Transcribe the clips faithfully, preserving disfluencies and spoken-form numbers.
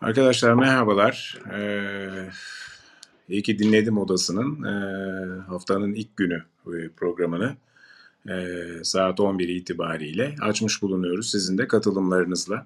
Arkadaşlar merhabalar. Eee, iyi ki dinledim Odası'nın eee, haftanın ilk günü e, programını. Eee, saat on bir itibariyle açmış bulunuyoruz sizin de katılımlarınızla.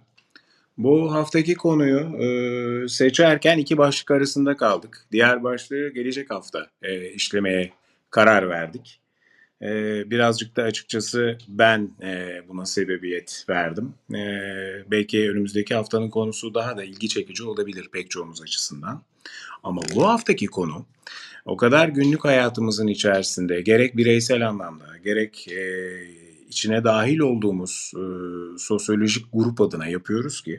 Bu haftaki konuyu eee, seçerken iki başlık arasında kaldık. Diğer başlığı gelecek hafta eee, işlemeye karar verdik. Eee, birazcık da açıkçası ben eee, buna sebebiyet verdim. Eee, belki önümüzdeki haftanın konusu daha da ilgi çekici olabilir pek çoğumuz açısından. Ama bu haftaki konu o kadar günlük hayatımızın içerisinde gerek bireysel anlamda gerek eee, içine dahil olduğumuz eee, sosyolojik grup adına yapıyoruz ki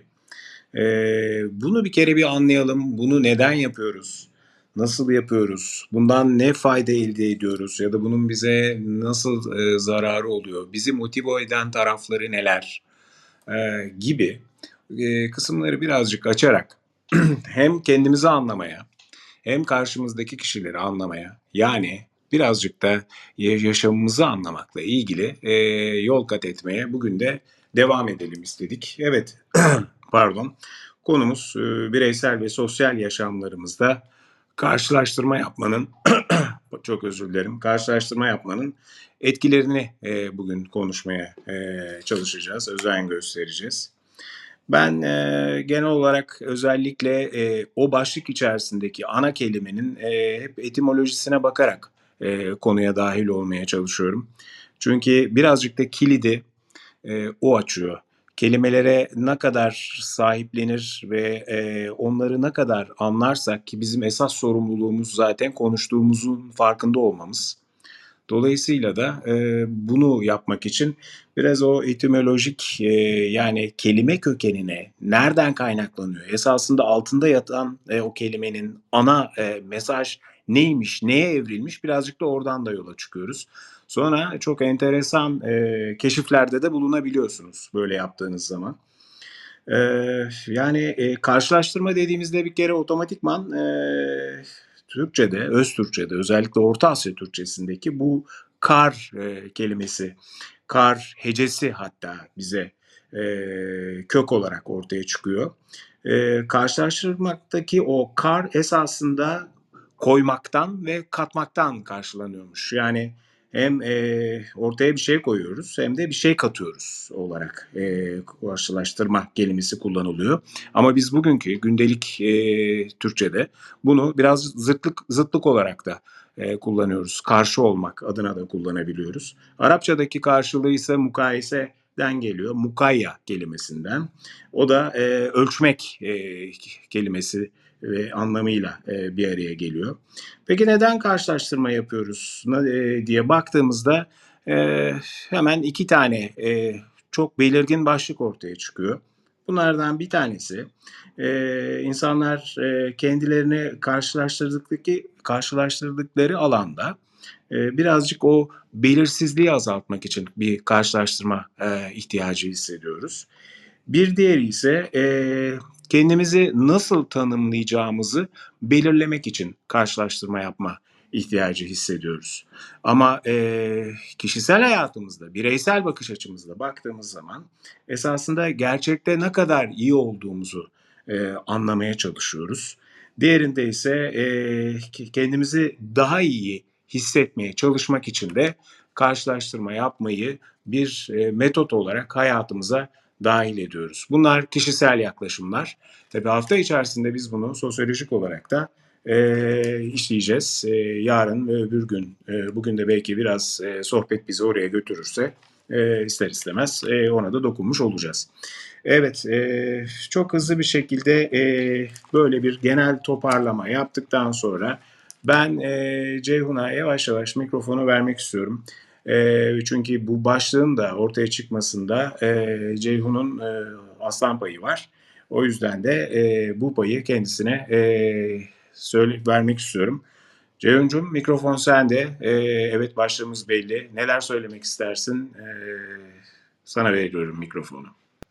Eee, bunu bir kere bir anlayalım. Bunu neden yapıyoruz? Nasıl yapıyoruz? Bundan ne fayda elde ediyoruz? Ya da bunun bize nasıl eee, zararı oluyor? Bizi motive eden tarafları neler? Eee, gibi eee, kısımları birazcık açarak hem kendimizi anlamaya hem karşımızdaki kişileri anlamaya yani birazcık da yaşamımızı anlamakla ilgili eee, yol kat etmeye bugün de devam edelim istedik. Evet, pardon. Konumuz eee, bireysel ve sosyal yaşamlarımızda karşılaştırma yapmanın çok özür dilerim. Karşılaştırma yapmanın etkilerini eee, bugün konuşmaya eee, çalışacağız, özen göstereceğiz. Ben eee, genel olarak özellikle eee, o başlık içerisindeki ana kelimenin eee, hep etimolojisine bakarak eee, konuya dahil olmaya çalışıyorum. Çünkü birazcık da kilidi eee, o açıyor. Kelimelere ne kadar sahiplenir ve eee, onları ne kadar anlarsak ki bizim esas sorumluluğumuz zaten konuştuğumuzun farkında olmamız. Dolayısıyla da eee, bunu yapmak için biraz o etimolojik eee, yani kelime kökenine nereden kaynaklanıyor? Esasında altında yatan e, o kelimenin ana e, mesaj neymiş, neye evrilmiş birazcık da oradan da yola çıkıyoruz. Sonra çok enteresan e, keşiflerde de bulunabiliyorsunuz böyle yaptığınız zaman. Eee, yani, eee, karşılaştırma dediğimizde bir kere otomatikman, eee, Türkçede, öz Türkçede, özellikle Orta Asya Türkçesindeki bu kar, eee, kelimesi, kar hecesi hatta bize, eee, kök olarak ortaya çıkıyor. Eee, karşılaştırmaktaki o kar esasında koymaktan ve katmaktan karşılanıyormuş. Yani hem eee, ortaya bir şey koyuyoruz hem de bir şey katıyoruz olarak eee, karşılaştırma kelimesi kullanılıyor. Ama biz bugünkü gündelik eee, Türkçe'de bunu biraz zıtlık zıtlık olarak da eee, kullanıyoruz. Karşı olmak adına da kullanabiliyoruz. Arapçadaki karşılığı ise mukayeseden geliyor. Mukayya kelimesinden. O da eee, ölçmek eee, kelimesi ve anlamıyla eee, bir araya geliyor. Peki neden karşılaştırma yapıyoruz e, diye baktığımızda e, hemen iki tane e, çok belirgin başlık ortaya çıkıyor. Bunlardan bir tanesi e, insanlar e, kendilerini karşılaştırdıkları, karşılaştırdıkları alanda e, birazcık o belirsizliği azaltmak için bir karşılaştırma e, ihtiyacı hissediyoruz. Bir diğeri ise e, kendimizi nasıl tanımlayacağımızı belirlemek için karşılaştırma yapma ihtiyacı hissediyoruz. Ama e, kişisel hayatımızda, bireysel bakış açımızda baktığımız zaman esasında gerçekte ne kadar iyi olduğumuzu e, anlamaya çalışıyoruz. Diğerinde ise e, kendimizi daha iyi hissetmeye çalışmak için de karşılaştırma yapmayı bir e, metot olarak hayatımıza dahil ediyoruz. Bunlar kişisel yaklaşımlar. Tabii hafta içerisinde biz bunu sosyolojik olarak da e, işleyeceğiz. E, yarın ve öbür gün, e, bugün de belki biraz e, sohbet bizi oraya götürürse e, ister istemez e, ona da dokunmuş olacağız. Evet, e, çok hızlı bir şekilde e, böyle bir genel toparlama yaptıktan sonra ben e, Ceyhun'a yavaş yavaş mikrofonu vermek istiyorum. E, çünkü bu başlığın da ortaya çıkmasında e, Ceyhun'un e, aslan payı var. O yüzden de e, bu payı kendisine e, söyle, vermek istiyorum. Ceyhun'cum mikrofon sende. E, evet başlığımız belli. Neler söylemek istersin? E, sana veriyorum mikrofonu.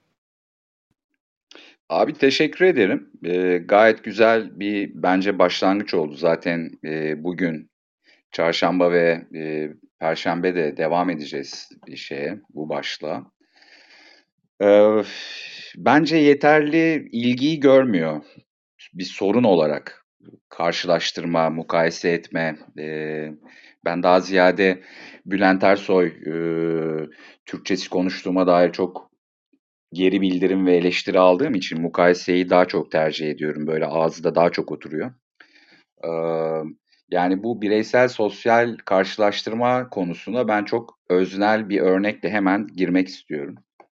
Abi teşekkür ederim. Ee, gayet güzel bir bence başlangıç oldu. Zaten e, bugün çarşamba ve e, perşembe de devam edeceğiz bir şeye, bu başlığa. Eee, Bence yeterli ilgiyi görmüyor. Bir sorun olarak karşılaştırma, mukayese etme. Eee, ben daha ziyade Bülent Ersoy eee, Türkçesi konuştuğuma dair çok geri bildirim ve eleştiri aldığım için mukayeseyi daha çok tercih ediyorum. Böyle ağızda daha çok oturuyor. Eee, Yani bu bireysel sosyal karşılaştırma konusuna ben çok öznel bir örnekle hemen girmek istiyorum.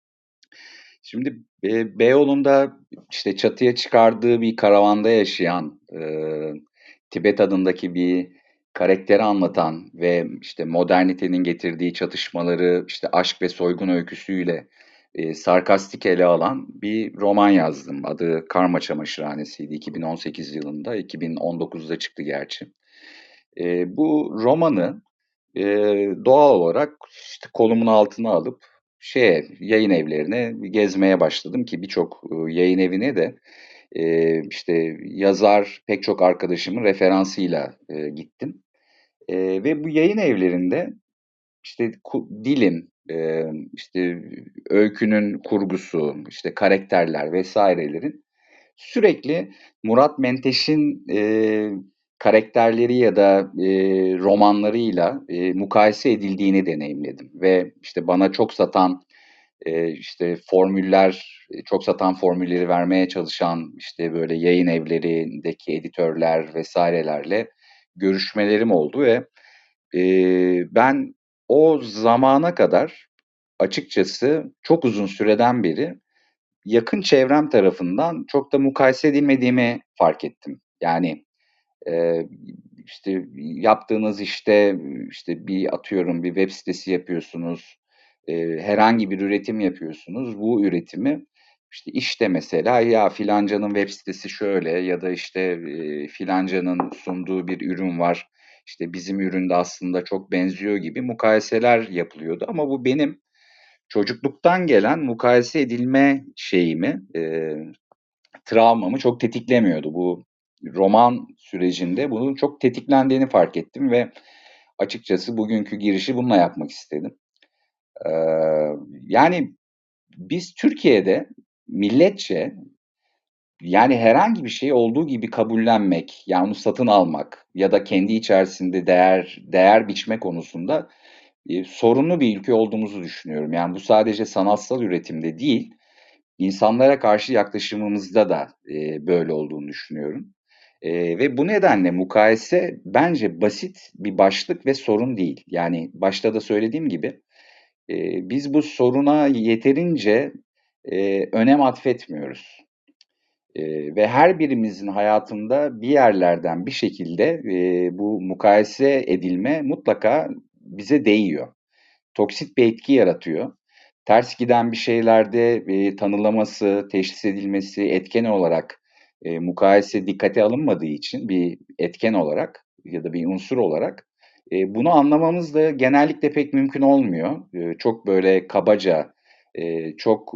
Şimdi Be Beyoğlu'nda işte çatıya çıkardığı bir karavanda yaşayan e, Tibet adındaki bir karakteri anlatan ve işte modernitenin getirdiği çatışmaları işte aşk ve soygun öyküsüyle e, sarkastik ele alan bir roman yazdım. Adı Karma Çamaşırhanesi'ydi. iki bin on sekiz yılında, iki bin on dokuzda çıktı gerçi. E, bu romanı e, doğal olarak işte kolumun altına alıp şeye yayın evlerine gezmeye başladım ki birçok e, yayın evine de e, işte yazar pek çok arkadaşımın referansıyla e, gittim. E, ve bu yayın evlerinde işte ku- dilin, e, işte öykünün kurgusu, işte karakterler vesairelerin sürekli Murat Menteş'in e, karakterleri ya da e, romanlarıyla e, mukayese edildiğini deneyimledim. Ve işte bana çok satan e, işte formüller, e, çok satan formülleri vermeye çalışan işte böyle yayın evlerindeki editörler vesairelerle görüşmelerim oldu ve e, ben o zamana kadar açıkçası çok uzun süreden beri yakın çevrem tarafından çok da mukayese edilmediğimi fark ettim. Yani Eee, işte yaptığınız işte işte bir atıyorum bir web sitesi yapıyorsunuz, eee, herhangi bir üretim yapıyorsunuz. Bu üretimi işte işte mesela ya filancanın web sitesi şöyle ya da işte eee, filancanın sunduğu bir ürün var. İşte bizim üründe aslında çok benziyor gibi mukayeseler yapılıyordu. Ama bu benim çocukluktan gelen mukayese edilme şeyimi, eee, travmamı çok tetiklemiyordu. Bu roman sürecinde bunun çok tetiklendiğini fark ettim ve açıkçası bugünkü girişi bununla yapmak istedim. Ee, Yani biz Türkiye'de milletçe yani herhangi bir şeyi olduğu gibi kabullenmek, yani onu satın almak ya da kendi içerisinde değer değer biçme konusunda e, sorunlu bir ülke olduğumuzu düşünüyorum. Yani bu sadece sanatsal üretimde değil, İnsanlara karşı yaklaşımımızda da e, böyle olduğunu düşünüyorum. E, ve bu nedenle mukayese bence basit bir başlık ve sorun değil. Yani başta da söylediğim gibi e, biz bu soruna yeterince e, önem atfetmiyoruz. E, ve her birimizin hayatında bir yerlerden bir şekilde e, bu mukayese edilme mutlaka bize değiyor, toksit bir etki yaratıyor. Ters giden bir şeylerde e, tanılaması, teşhis edilmesi, etken olarak e, mukayese dikkate alınmadığı için bir etken olarak ya da bir unsur olarak e, bunu anlamamız da genellikle pek mümkün olmuyor. E, çok böyle kabaca, e, çok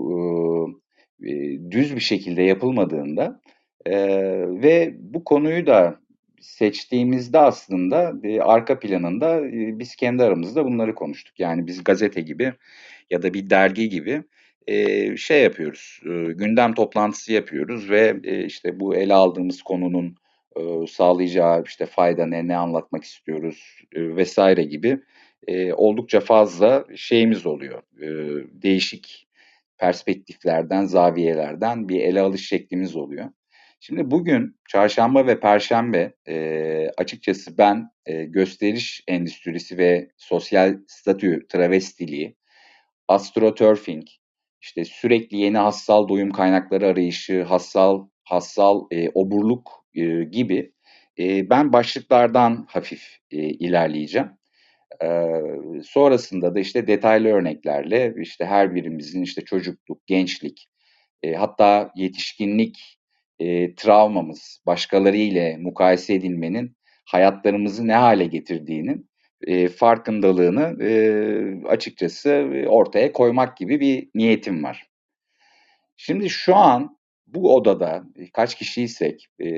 e, e, düz bir şekilde yapılmadığında e, ve bu konuyu da seçtiğimizde aslında e, arka planında e, biz kendi aramızda bunları konuştuk. Yani biz gazete gibi ya da bir dergi gibi e, şey yapıyoruz, e, gündem toplantısı yapıyoruz ve e, işte bu ele aldığımız konunun e, sağlayacağı işte fayda ne, ne anlatmak istiyoruz e, vesaire gibi e, oldukça fazla şeyimiz oluyor. E, değişik perspektiflerden, zaviyelerden bir ele alış şeklimiz oluyor. Şimdi bugün çarşamba ve perşembe e, açıkçası ben e, gösteriş endüstrisi ve sosyal statü travestiliği, astroturfing, işte sürekli yeni hassal doyum kaynakları arayışı, hassal hassal e, oburluk e, gibi e, ben başlıklardan hafif e, ilerleyeceğim. Eee, sonrasında da işte detaylı örneklerle işte her birimizin işte çocukluk, gençlik, e, hatta yetişkinlik e, travmamız, başkaları ile mukayese edilmenin hayatlarımızı ne hale getirdiğinin e, farkındalığını e, açıkçası ortaya koymak gibi bir niyetim var. Şimdi şu an bu odada e, kaç kişiysek e,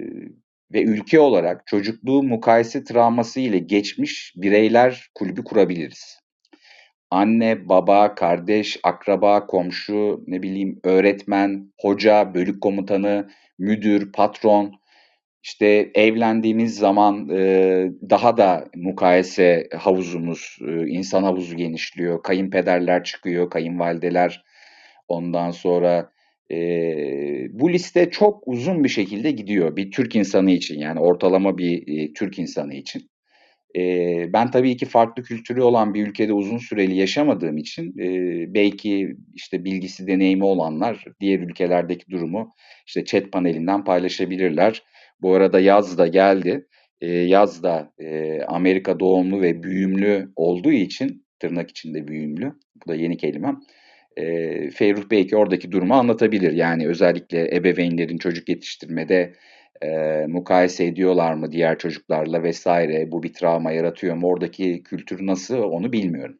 ve ülke olarak çocukluğu mukayese travması ile geçmiş bireyler kulübü kurabiliriz. anne, baba, kardeş, akraba, komşu, ne bileyim öğretmen, hoca, bölük komutanı, müdür, patron. İşte evlendiğimiz zaman e, daha da mukayese havuzumuz, e, insan havuzu genişliyor. Kayınpederler çıkıyor, kayınvalideler. Ondan sonra e, bu liste çok uzun bir şekilde gidiyor bir Türk insanı için, yani ortalama bir e, Türk insanı için. Eee, ben tabii ki farklı kültürü olan bir ülkede uzun süreli yaşamadığım için eee, belki işte bilgisi, deneyimi olanlar diğer ülkelerdeki durumu işte chat panelinden paylaşabilirler. Bu arada yaz da geldi. Eee, yaz da eee, Amerika doğumlu ve büyümlü olduğu için, tırnak içinde büyümlü, bu da yeni kelimem. Eee Ferruh belki oradaki durumu anlatabilir. Yani özellikle ebeveynlerin çocuk yetiştirmede Eee, mukayese ediyorlar mı diğer çocuklarla vesaire, bu bir travma yaratıyor mu? Oradaki kültür nasıl onu bilmiyorum.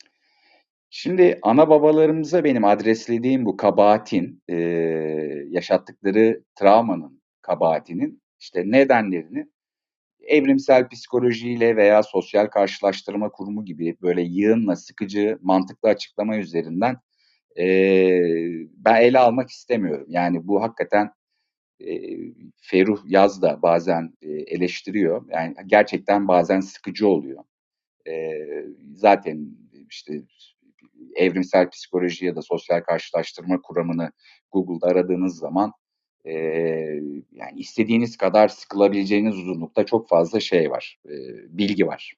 Şimdi ana babalarımıza benim adreslediğim bu kabahatin, eee, yaşattıkları travmanın, kabahatinin işte nedenlerini evrimsel psikolojiyle veya sosyal karşılaştırma kurumu gibi böyle yığınla sıkıcı, mantıklı açıklama üzerinden eee, ben ele almak istemiyorum. Yani bu hakikaten Eee, Ferruh Yaz da bazen eee, eleştiriyor. Yani gerçekten bazen sıkıcı oluyor. Eee, zaten işte evrimsel psikoloji ya da sosyal karşılaştırma kuramını Google'da aradığınız zaman eee, yani istediğiniz kadar sıkılabileceğiniz uzunlukta çok fazla şey var, eee, bilgi var.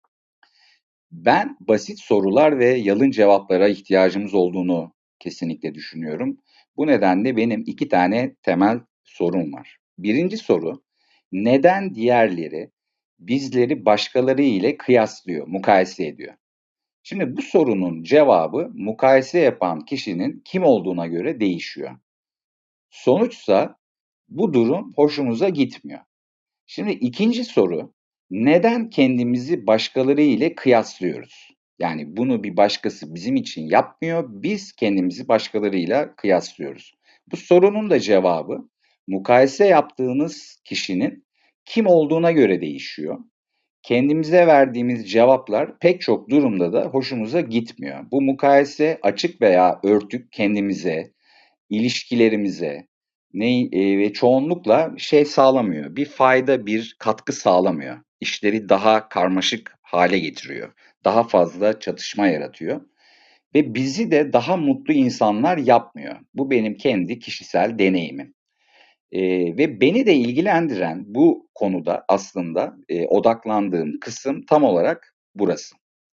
Ben basit sorular ve yalın cevaplara ihtiyacımız olduğunu kesinlikle düşünüyorum. Bu nedenle benim iki tane temel sorum var. Birinci soru, neden diğerleri bizleri başkaları ile kıyaslıyor, mukayese ediyor? Şimdi bu sorunun cevabı mukayese yapan kişinin kim olduğuna göre değişiyor. Sonuçsa bu durum hoşumuza gitmiyor. Şimdi ikinci soru, neden kendimizi başkaları ile kıyaslıyoruz? Yani bunu bir başkası bizim için yapmıyor, biz kendimizi başkalarıyla kıyaslıyoruz. Bu sorunun da cevabı mukayese yaptığımız kişinin kim olduğuna göre değişiyor. Kendimize verdiğimiz cevaplar pek çok durumda da hoşumuza gitmiyor. Bu mukayese açık veya örtük kendimize, ilişkilerimize ne eee, ve çoğunlukla şey sağlamıyor, bir fayda, bir katkı sağlamıyor. İşleri daha karmaşık hale getiriyor. Daha fazla çatışma yaratıyor ve bizi de daha mutlu insanlar yapmıyor. Bu benim kendi kişisel deneyimim. Eee, ve beni de ilgilendiren bu konuda aslında, eee, odaklandığım kısım tam olarak burası.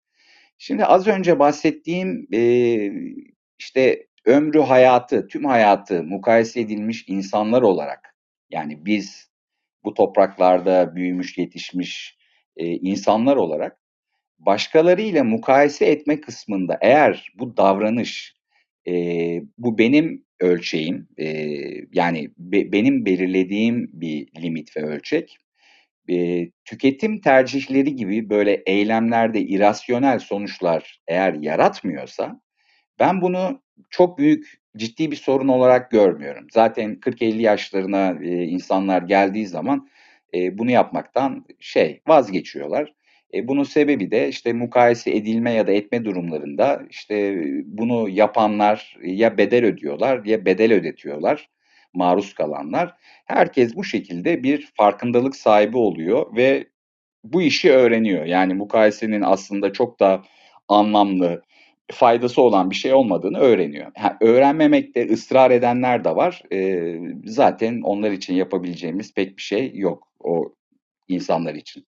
Şimdi az önce bahsettiğim, eee, işte, ömrü hayatı, tüm hayatı mukayese edilmiş insanlar olarak, yani biz bu topraklarda büyümüş, yetişmiş, eee, insanlar olarak başkalarıyla mukayese etme kısmında eğer bu davranış, eee, bu benim ölçeğim, eee, yani be benim belirlediğim bir limit ve ölçek, eee, tüketim tercihleri gibi böyle eylemlerde irasyonel sonuçlar eğer yaratmıyorsa ben bunu çok büyük, ciddi bir sorun olarak görmüyorum. Zaten kırk elli yaşlarına eee, insanlar geldiği zaman eee, bunu yapmaktan şey vazgeçiyorlar. E, bunun sebebi de işte mukayese edilme ya da etme durumlarında işte bunu yapanlar ya bedel ödüyorlar ya bedel ödetiyorlar maruz kalanlar. Herkes bu şekilde bir farkındalık sahibi oluyor ve bu işi öğreniyor. Yani mukayesenin aslında çok da anlamlı, faydası olan bir şey olmadığını öğreniyor. Ha, öğrenmemekte ısrar edenler de var. Eee, zaten onlar için yapabileceğimiz pek bir şey yok o insanlar için.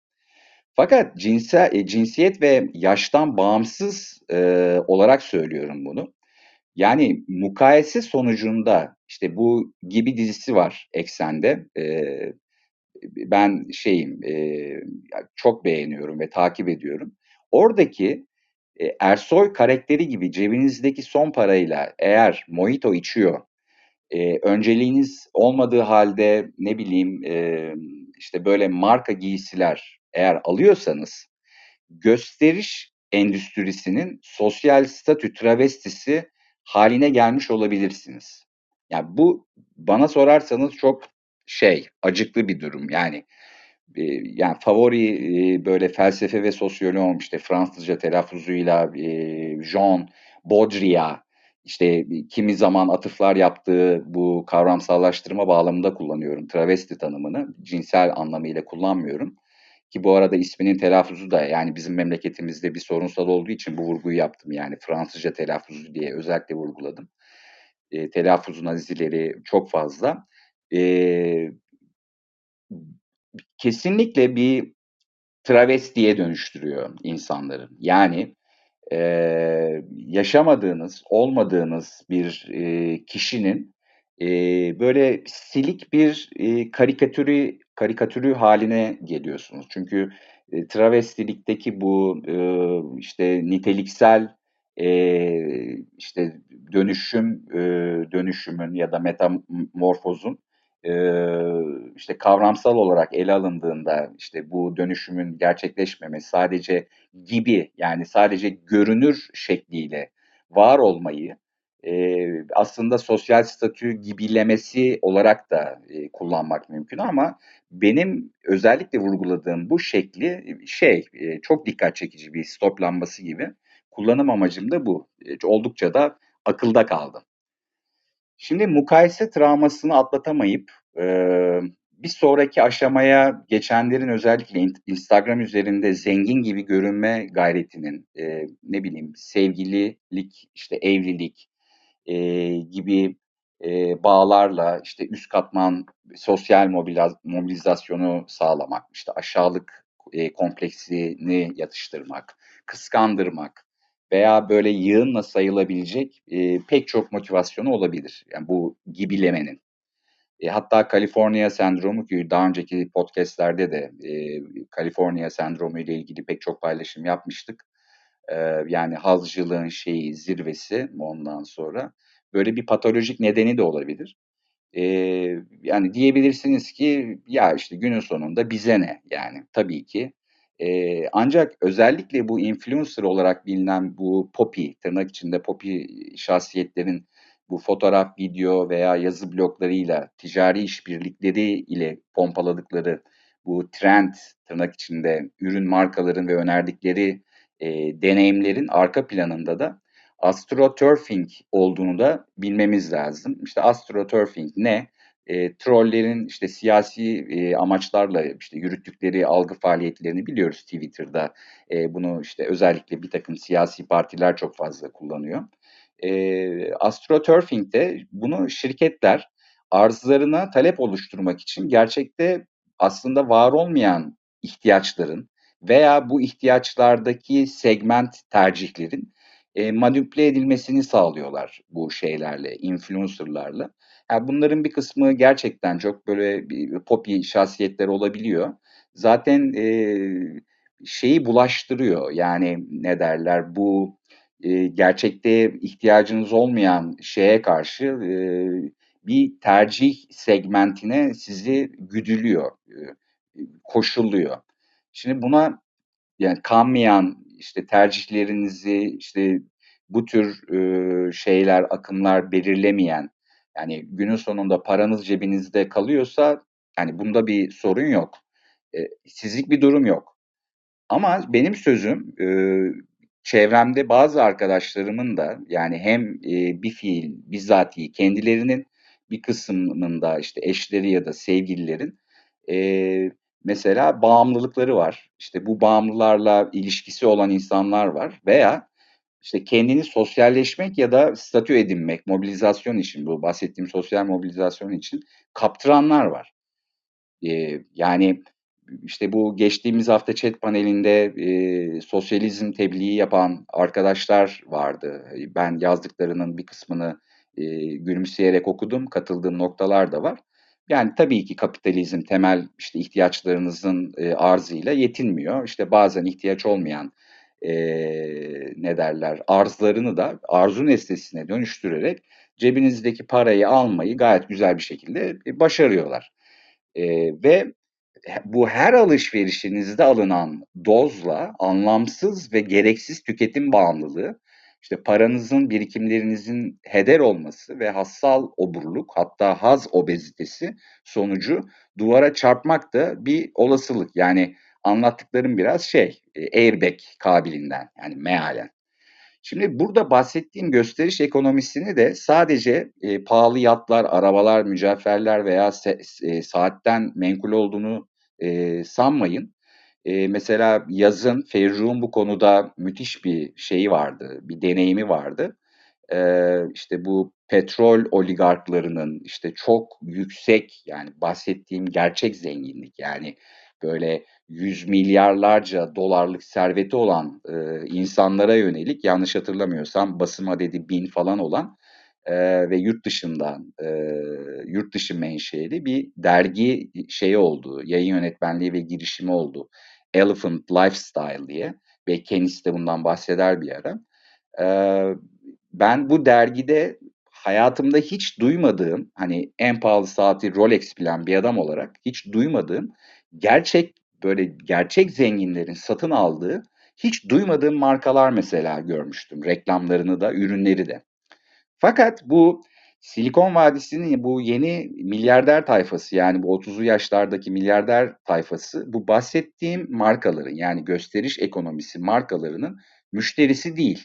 Fakat cinsel, e, cinsiyet ve yaştan bağımsız eee, olarak söylüyorum bunu. Yani mukayese sonucunda işte bu Gibi dizisi var Eksen'de. Eee ben şeyim, eee, çok beğeniyorum ve takip ediyorum. Oradaki e, Ersoy karakteri gibi cebinizdeki son parayla eğer mojito içiyor, e, önceliğiniz olmadığı halde ne bileyim e, işte böyle marka giysiler eğer alıyorsanız gösteriş endüstrisinin sosyal statü travestisi haline gelmiş olabilirsiniz. Yani bu bana sorarsanız çok şey acıklı bir durum. Yani e, yani favori e, böyle felsefe ve sosyoloğum işte Fransızca telaffuzuyla e, Jean Baudrillard işte kimi zaman atıflar yaptığı bu kavramsallaştırma bağlamında kullanıyorum. Travesti tanımını cinsel anlamıyla kullanmıyorum. Ki bu arada isminin telaffuzu da yani bizim memleketimizde bir sorunsal olduğu için bu vurguyu yaptım. Yani Fransızca telaffuzu diye özellikle vurguladım. E, telaffuzun azileri çok fazla. E, Kesinlikle bir travestiye dönüştürüyor insanları. Yani eee, yaşamadığınız, olmadığınız bir eee, kişinin eee, böyle silik bir eee, karikatürü karikatürü haline geliyorsunuz. Çünkü e, travestilikteki bu eee, işte niteliksel eee, işte dönüşüm eee, dönüşümün ya da metamorfozun eee, işte kavramsal olarak ele alındığında işte bu dönüşümün gerçekleşmemesi sadece gibi yani sadece görünür şekliyle var olmayı e, aslında sosyal statü gibilemesi olarak da e, kullanmak mümkün ama benim özellikle vurguladığım bu şekli şey e, çok dikkat çekici bir stop lambası gibi kullanım amacım da bu. E, oldukça da akılda kaldı. Şimdi mukayese travmasını atlatamayıp eee, bir sonraki aşamaya geçenlerin özellikle Instagram üzerinde zengin gibi görünme gayretinin eee, ne bileyim sevgililik, işte evlilik eee, gibi eee, bağlarla işte üst katman sosyal mobilaz- mobilizasyonu sağlamak, işte aşağılık eee, kompleksini yatıştırmak, kıskandırmak veya böyle yığınla sayılabilecek e, pek çok motivasyonu olabilir. Yani bu gibilemenin. E, hatta Kaliforniya sendromu ki daha önceki podcastlerde de e, Kaliforniya sendromu ile ilgili pek çok paylaşım yapmıştık. E, yani hazcılığın şeyi zirvesi ondan sonra. Böyle bir patolojik nedeni de olabilir. Eee, yani diyebilirsiniz ki ya işte günün sonunda bize ne yani tabii ki. Eee, ancak özellikle bu influencer olarak bilinen bu poppy tırnak içinde poppy şahsiyetlerin bu fotoğraf, video veya yazı bloglarıyla ticari işbirlikleri ile pompaladıkları bu trend tırnak içinde ürün markaların ve önerdikleri eee, deneyimlerin arka planında da astroturfing olduğunu da bilmemiz lazım. İşte astroturfing ne? E, trollerin işte siyasi e, amaçlarla işte yürüttükleri algı faaliyetlerini biliyoruz Twitter'da. E, bunu işte özellikle bir takım siyasi partiler çok fazla kullanıyor. E, astroturfing de bunu şirketler arzlarına talep oluşturmak için gerçekte aslında var olmayan ihtiyaçların veya bu ihtiyaçlardaki segment tercihlerin e, manipüle edilmesini sağlıyorlar bu şeylerle, influencerlarla. Yani bunların bir kısmı gerçekten çok böyle bir poppy şahsiyetler olabiliyor. Zaten e, şeyi bulaştırıyor. Yani ne derler bu e, gerçekte ihtiyacınız olmayan şeye karşı e, bir tercih segmentine sizi güdülüyor, e, koşulluyor. Şimdi buna yani kanmayan işte tercihlerinizi işte bu tür e, şeyler, akımlar belirlemeyen yani günün sonunda paranız cebinizde kalıyorsa yani bunda bir sorun yok. E, sizlik bir durum yok. Ama benim sözüm e, çevremde bazı arkadaşlarımın da yani hem e, bir fiil bizatihi kendilerinin bir kısmında işte eşleri ya da sevgililerin e, mesela bağımlılıkları var. İşte bu bağımlılarla ilişkisi olan insanlar var veya işte kendini sosyalleşmek ya da statü edinmek, mobilizasyon için bu bahsettiğim sosyal mobilizasyon için kaptıranlar var. Eee, yani işte bu geçtiğimiz hafta chat panelinde eee, sosyalizm tebliği yapan arkadaşlar vardı. Ben yazdıklarının bir kısmını eee, gülümseyerek okudum, katıldığım noktalar da var. Yani tabii ki kapitalizm temel işte ihtiyaçlarınızın eee, arzıyla yetinmiyor. İşte bazen ihtiyaç olmayan eee, ne derler arzlarını da arzu nesnesine dönüştürerek cebinizdeki parayı almayı gayet güzel bir şekilde e, başarıyorlar. Eee, ve bu her alışverişinizde alınan dozla anlamsız ve gereksiz tüketim bağımlılığı İşte paranızın, birikimlerinizin heder olması ve hassal oburluk, hatta haz obezitesi sonucu duvara çarpmak da bir olasılık. Yani anlattıklarım biraz şey, e, airbag kabiliğinden, yani mealen. Şimdi burada bahsettiğim gösteriş ekonomisini de sadece e, pahalı yatlar, arabalar, mücevherler veya se- e, saatten menkul olduğunu e, sanmayın. E, mesela yazın Ferruh'un bu konuda müthiş bir şeyi vardı, bir deneyimi vardı. E, işte bu petrol oligarklarının işte çok yüksek, yani bahsettiğim gerçek zenginlik, yani böyle yüz milyarlarca dolarlık serveti olan e, insanlara yönelik, yanlış hatırlamıyorsam basım adedi bin falan olan e, ve yurt dışından e, yurt dışı menşeli bir dergi şeyi oldu, yayın yönetmenliği ve girişimi oldu. Elephant Lifestyle diye. Ve kendisi de bundan bahseder bir ara. Ee, Ben bu dergide hayatımda hiç duymadığım, hani en pahalı saati Rolex bilen bir adam olarak hiç duymadığım, gerçek böyle gerçek zenginlerin satın aldığı, hiç duymadığım markalar mesela görmüştüm. Reklamlarını da, ürünleri de. Fakat bu Silikon Vadisi'nin bu yeni milyarder tayfası, yani bu otuzlu yaşlardaki milyarder tayfası, bu bahsettiğim markaların, yani gösteriş ekonomisi markalarının müşterisi değil.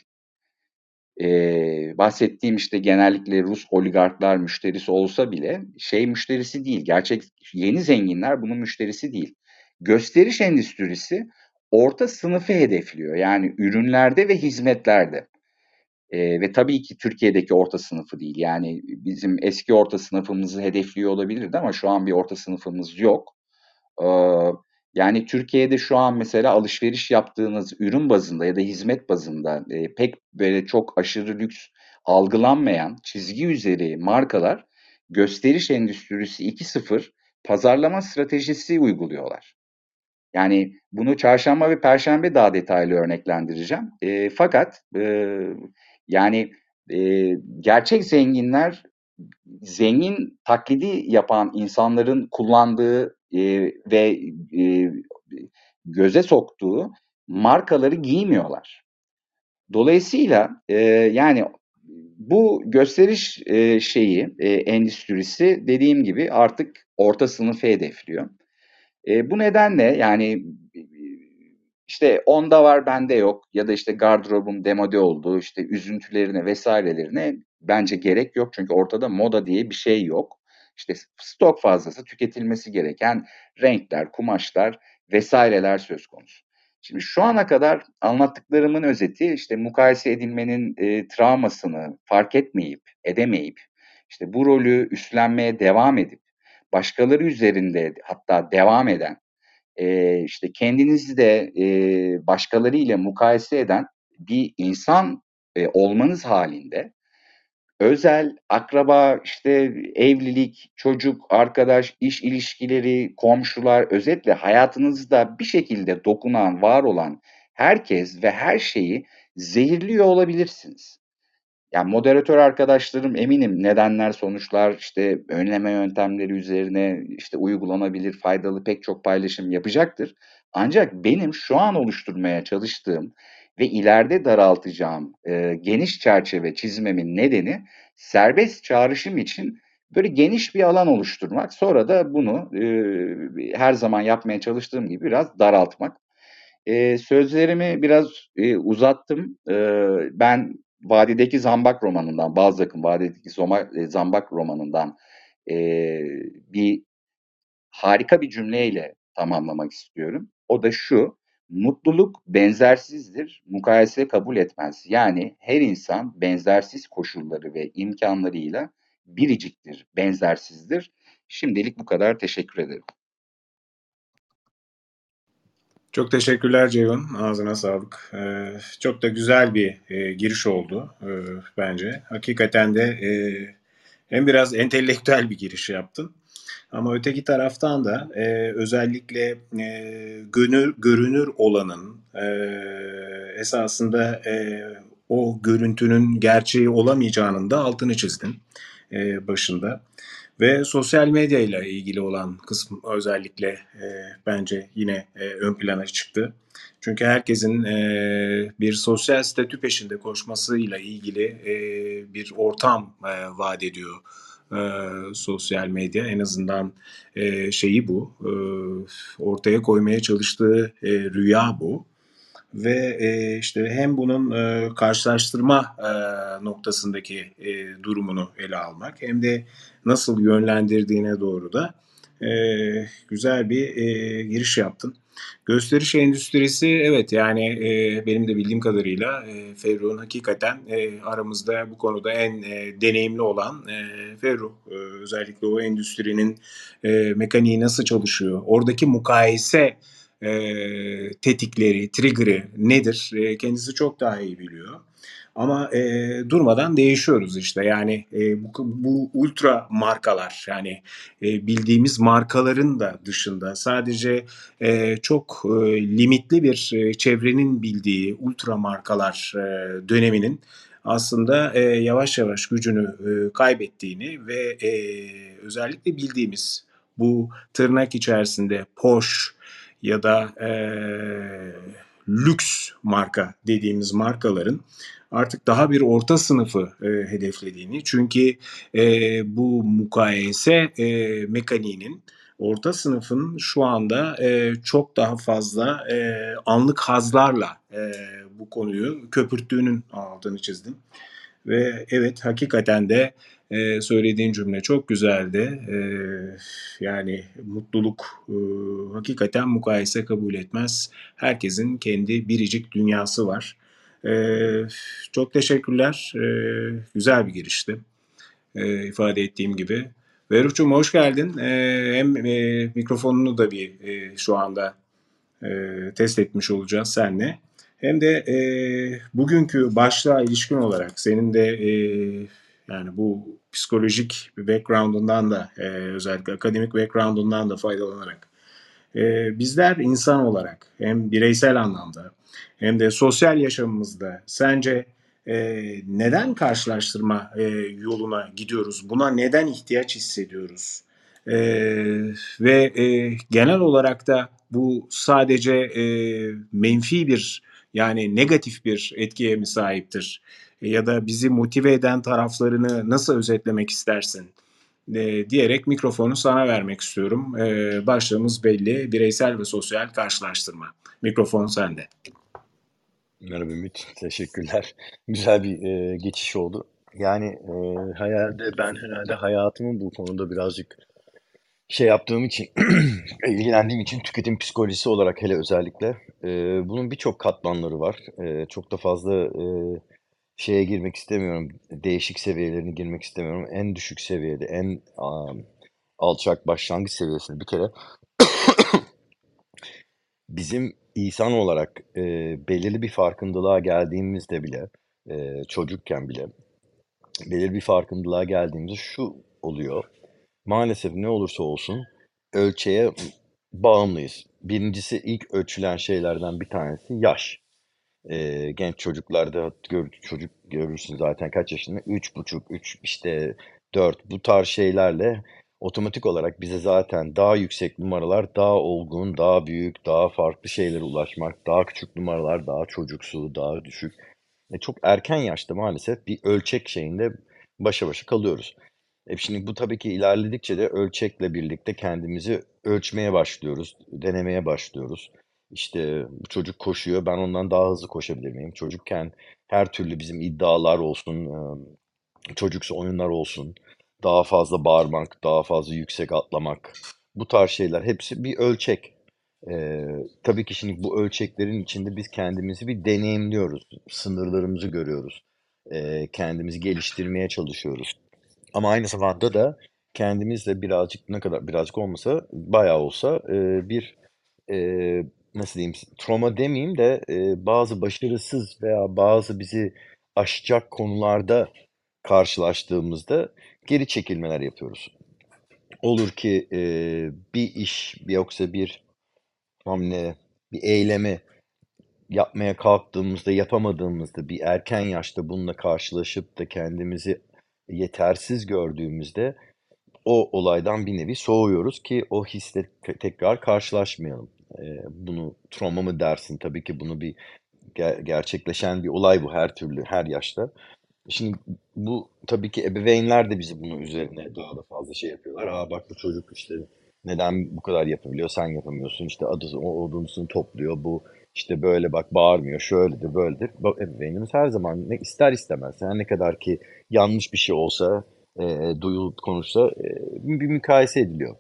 Ee, bahsettiğim işte genellikle Rus oligarklar müşterisi olsa bile şey müşterisi değil. Gerçek yeni zenginler bunun müşterisi değil. Gösteriş endüstrisi orta sınıfı hedefliyor. Yani ürünlerde ve hizmetlerde. Ee, ve tabii ki Türkiye'deki orta sınıfı değil. Yani bizim eski orta sınıfımızı hedefliyor olabilirdi ama şu an bir orta sınıfımız yok. Ee, Yani Türkiye'de şu an mesela alışveriş yaptığınız ürün bazında ya da hizmet bazında e, pek böyle çok aşırı lüks algılanmayan çizgi üzeri markalar gösteriş endüstrisi iki nokta sıfır pazarlama stratejisi uyguluyorlar. Yani bunu çarşamba ve perşembe daha detaylı örneklendireceğim. E, fakat e, yani e, gerçek zenginler, zengin taklidi yapan insanların kullandığı e, ve e, göze soktuğu markaları giymiyorlar. Dolayısıyla e, yani bu gösteriş e, şeyi, e, endüstrisi dediğim gibi artık orta sınıfı hedefliyor. E, bu nedenle yani işte onda var bende yok ya da işte gardırobum demode oldu, işte üzüntülerine vesairelerine bence gerek yok. Çünkü ortada moda diye bir şey yok. İşte stok fazlası tüketilmesi gereken renkler, kumaşlar vesaireler söz konusu. Şimdi şu ana kadar anlattıklarımın özeti, işte mukayese edilmenin e, travmasını fark etmeyip, edemeyip, işte bu rolü üstlenmeye devam edip, başkaları üzerinde hatta devam eden, e, işte kendinizi de e, başkalarıyla mukayese eden bir insan e, olmanız halinde özel, akraba, işte evlilik, çocuk, arkadaş, iş ilişkileri, komşular, özetle hayatınızda bir şekilde dokunan, var olan herkes ve her şeyi zehirliyor olabilirsiniz. Yani moderatör arkadaşlarım eminim nedenler, sonuçlar, işte önleme yöntemleri üzerine işte uygulanabilir, faydalı pek çok paylaşım yapacaktır. Ancak benim şu an oluşturmaya çalıştığım ve ileride daraltacağım e, geniş çerçeve çizmemin nedeni serbest çağrışım için böyle geniş bir alan oluşturmak. Sonra da bunu e, her zaman yapmaya çalıştığım gibi biraz daraltmak. Eee, sözlerimi biraz, eee, uzattım. Eee, ben Vadideki Zambak romanından, Balzac'ın Vadideki Zoma eee, Zambak romanından, eee, bir harika bir cümleyle tamamlamak istiyorum. O da şu: "Mutluluk benzersizdir, mukayese kabul etmez." Yani her insan benzersiz koşulları ve imkânlarıyla biriciktir, benzersizdir. Şimdilik bu kadar. Teşekkür ederim. Çok teşekkürler Ceyhun. Ağzına sağlık. Ee, çok da güzel bir e, giriş oldu e, bence. Hakikaten de e, hem biraz entelektüel bir giriş yaptın. Ama öteki taraftan da e, özellikle e, gönür, görünür olanın e, esasında e, o görüntünün gerçeği olamayacağının da altını çizdin e, başında. Ve sosyal medya ile ilgili olan kısım özellikle e, bence yine e, ön plana çıktı. Çünkü herkesin e, bir sosyal statü peşinde koşmasıyla ilgili e, bir ortam e, vaat ediyor e, sosyal medya. En azından e, şeyi bu, e, ortaya koymaya çalıştığı e, rüya bu. Ve e, işte hem bunun e, karşılaştırma e, noktasındaki e, durumunu ele almak hem de nasıl yönlendirdiğine doğru da e, güzel bir e, giriş yaptın. Gösteriş endüstrisi evet yani e, benim de bildiğim kadarıyla e, Ferruh'un hakikaten e, aramızda bu konuda en e, deneyimli olan e, Ferruh. E, özellikle o endüstrinin e, mekaniği nasıl çalışıyor, oradaki mukayese e, tetikleri, trigger'ı nedir? E, kendisi çok daha iyi biliyor. Ama e, durmadan değişiyoruz işte. Yani e, bu, bu ultra markalar yani e, bildiğimiz markaların da dışında sadece e, çok e, limitli bir e, çevrenin bildiği ultra markalar e, döneminin aslında e, yavaş yavaş gücünü e, kaybettiğini ve e, özellikle bildiğimiz bu tırnak içerisinde poş ya da e, lüks marka dediğimiz markaların artık daha bir orta sınıfı e, hedeflediğini çünkü e, bu mukayese e, mekaniğinin orta sınıfın şu anda e, çok daha fazla e, anlık hazlarla e, bu konuyu köpürttüğünün altını çizdim. Ve evet hakikaten de e, söylediğin cümle çok güzeldi. E, yani mutluluk e, hakikaten mukayese kabul etmez. Herkesin kendi biricik dünyası var. E, çok teşekkürler. E, güzel bir girişti. E, ifade ettiğim gibi. Veruf'cum hoş geldin. E, hem e, mikrofonunu da bir e, şu anda e, test etmiş olacağız seninle. Hem de e, bugünkü başlığa ilişkin olarak senin de e, yani bu psikolojik bir background'undan da e, özellikle akademik background'undan da faydalanarak e, bizler insan olarak hem bireysel anlamda hem de sosyal yaşamımızda sence e, neden karşılaştırma e, yoluna gidiyoruz? Buna neden ihtiyaç hissediyoruz? E, ve e, genel olarak da bu sadece e, menfi bir yani negatif bir etkiye mi sahiptir? E, ya da bizi motive eden taraflarını nasıl özetlemek istersin? E, diyerek mikrofonu sana vermek istiyorum. E, başlığımız belli. Bireysel ve sosyal karşılaştırma. Mikrofon sende. Merhaba Ümit, teşekkürler. Güzel bir e, geçiş oldu. Yani e, hayalde ben herhalde hayatımı bu konuda birazcık şey yaptığım için, ilgilendiğim için tüketim psikolojisi olarak hele özellikle e, bunun birçok katmanları var. E, çok da fazla e, şeye girmek istemiyorum, değişik seviyelerini girmek istemiyorum. En düşük seviyede, en am, alçak başlangıç seviyesinde bir kere bizim insan olarak e, belirli bir farkındalığa geldiğimizde bile, e, çocukken bile belirli bir farkındalığa geldiğimizde şu oluyor. Maalesef ne olursa olsun ölçeğe bağımlıyız. Birincisi ilk ölçülen şeylerden bir tanesi yaş. Ee, genç çocuklarda gör, çocuk görürsün zaten kaç yaşında? Üç buçuk, üç işte dört bu tarz şeylerle otomatik olarak bize zaten daha yüksek numaralar, daha olgun, daha büyük, daha farklı şeylere ulaşmak, daha küçük numaralar, daha çocuksu, daha düşük. E, çok erken yaşta maalesef bir ölçek şeyinde başa başa kalıyoruz. E şimdi bu tabii ki ilerledikçe de ölçekle birlikte kendimizi ölçmeye başlıyoruz, denemeye başlıyoruz. İşte bu çocuk koşuyor, ben ondan daha hızlı koşabilir miyim? Çocukken her türlü bizim iddialar olsun, e, çocuksu oyunlar olsun, daha fazla bağırmak, daha fazla yüksek atlamak, bu tarz şeyler hepsi bir ölçek. E, tabii ki şimdi bu ölçeklerin içinde biz kendimizi bir deneyimliyoruz, sınırlarımızı görüyoruz, e, kendimizi geliştirmeye çalışıyoruz. Ama aynı zamanda da kendimizle birazcık ne kadar birazcık olmasa bayağı olsa e, bir e, nasıl diyeyim trauma demeyeyim de e, bazı başarısız veya bazı bizi aşacak konularda karşılaştığımızda geri çekilmeler yapıyoruz. Olur ki e, bir iş yoksa bir hamle, bir eylemi yapmaya kalktığımızda yapamadığımızda bir erken yaşta bununla karşılaşıp da kendimizi yetersiz gördüğümüzde o olaydan bir nevi soğuyoruz ki o hisle te tekrar karşılaşmayalım. Eee, bunu travma mı dersin? Tabii ki bunu bir ger gerçekleşen bir olay bu her türlü, her yaşta. Şimdi bu tabii ki ebeveynler de bizi bunun üzerine daha da fazla şey yapıyorlar. "A, bak bu çocuk işte neden bu kadar yapabiliyor, sen yapamıyorsun?" İşte adı o odunusunu topluyor, bu işte böyle bak bağırmıyor, şöyledir, böyledir. Bak ebeveynimiz her zaman ne ister istemez, her ne kadar ki yanlış bir şey olsa, eee, duyulup konuşsa, eee, bir mukayese ediliyor.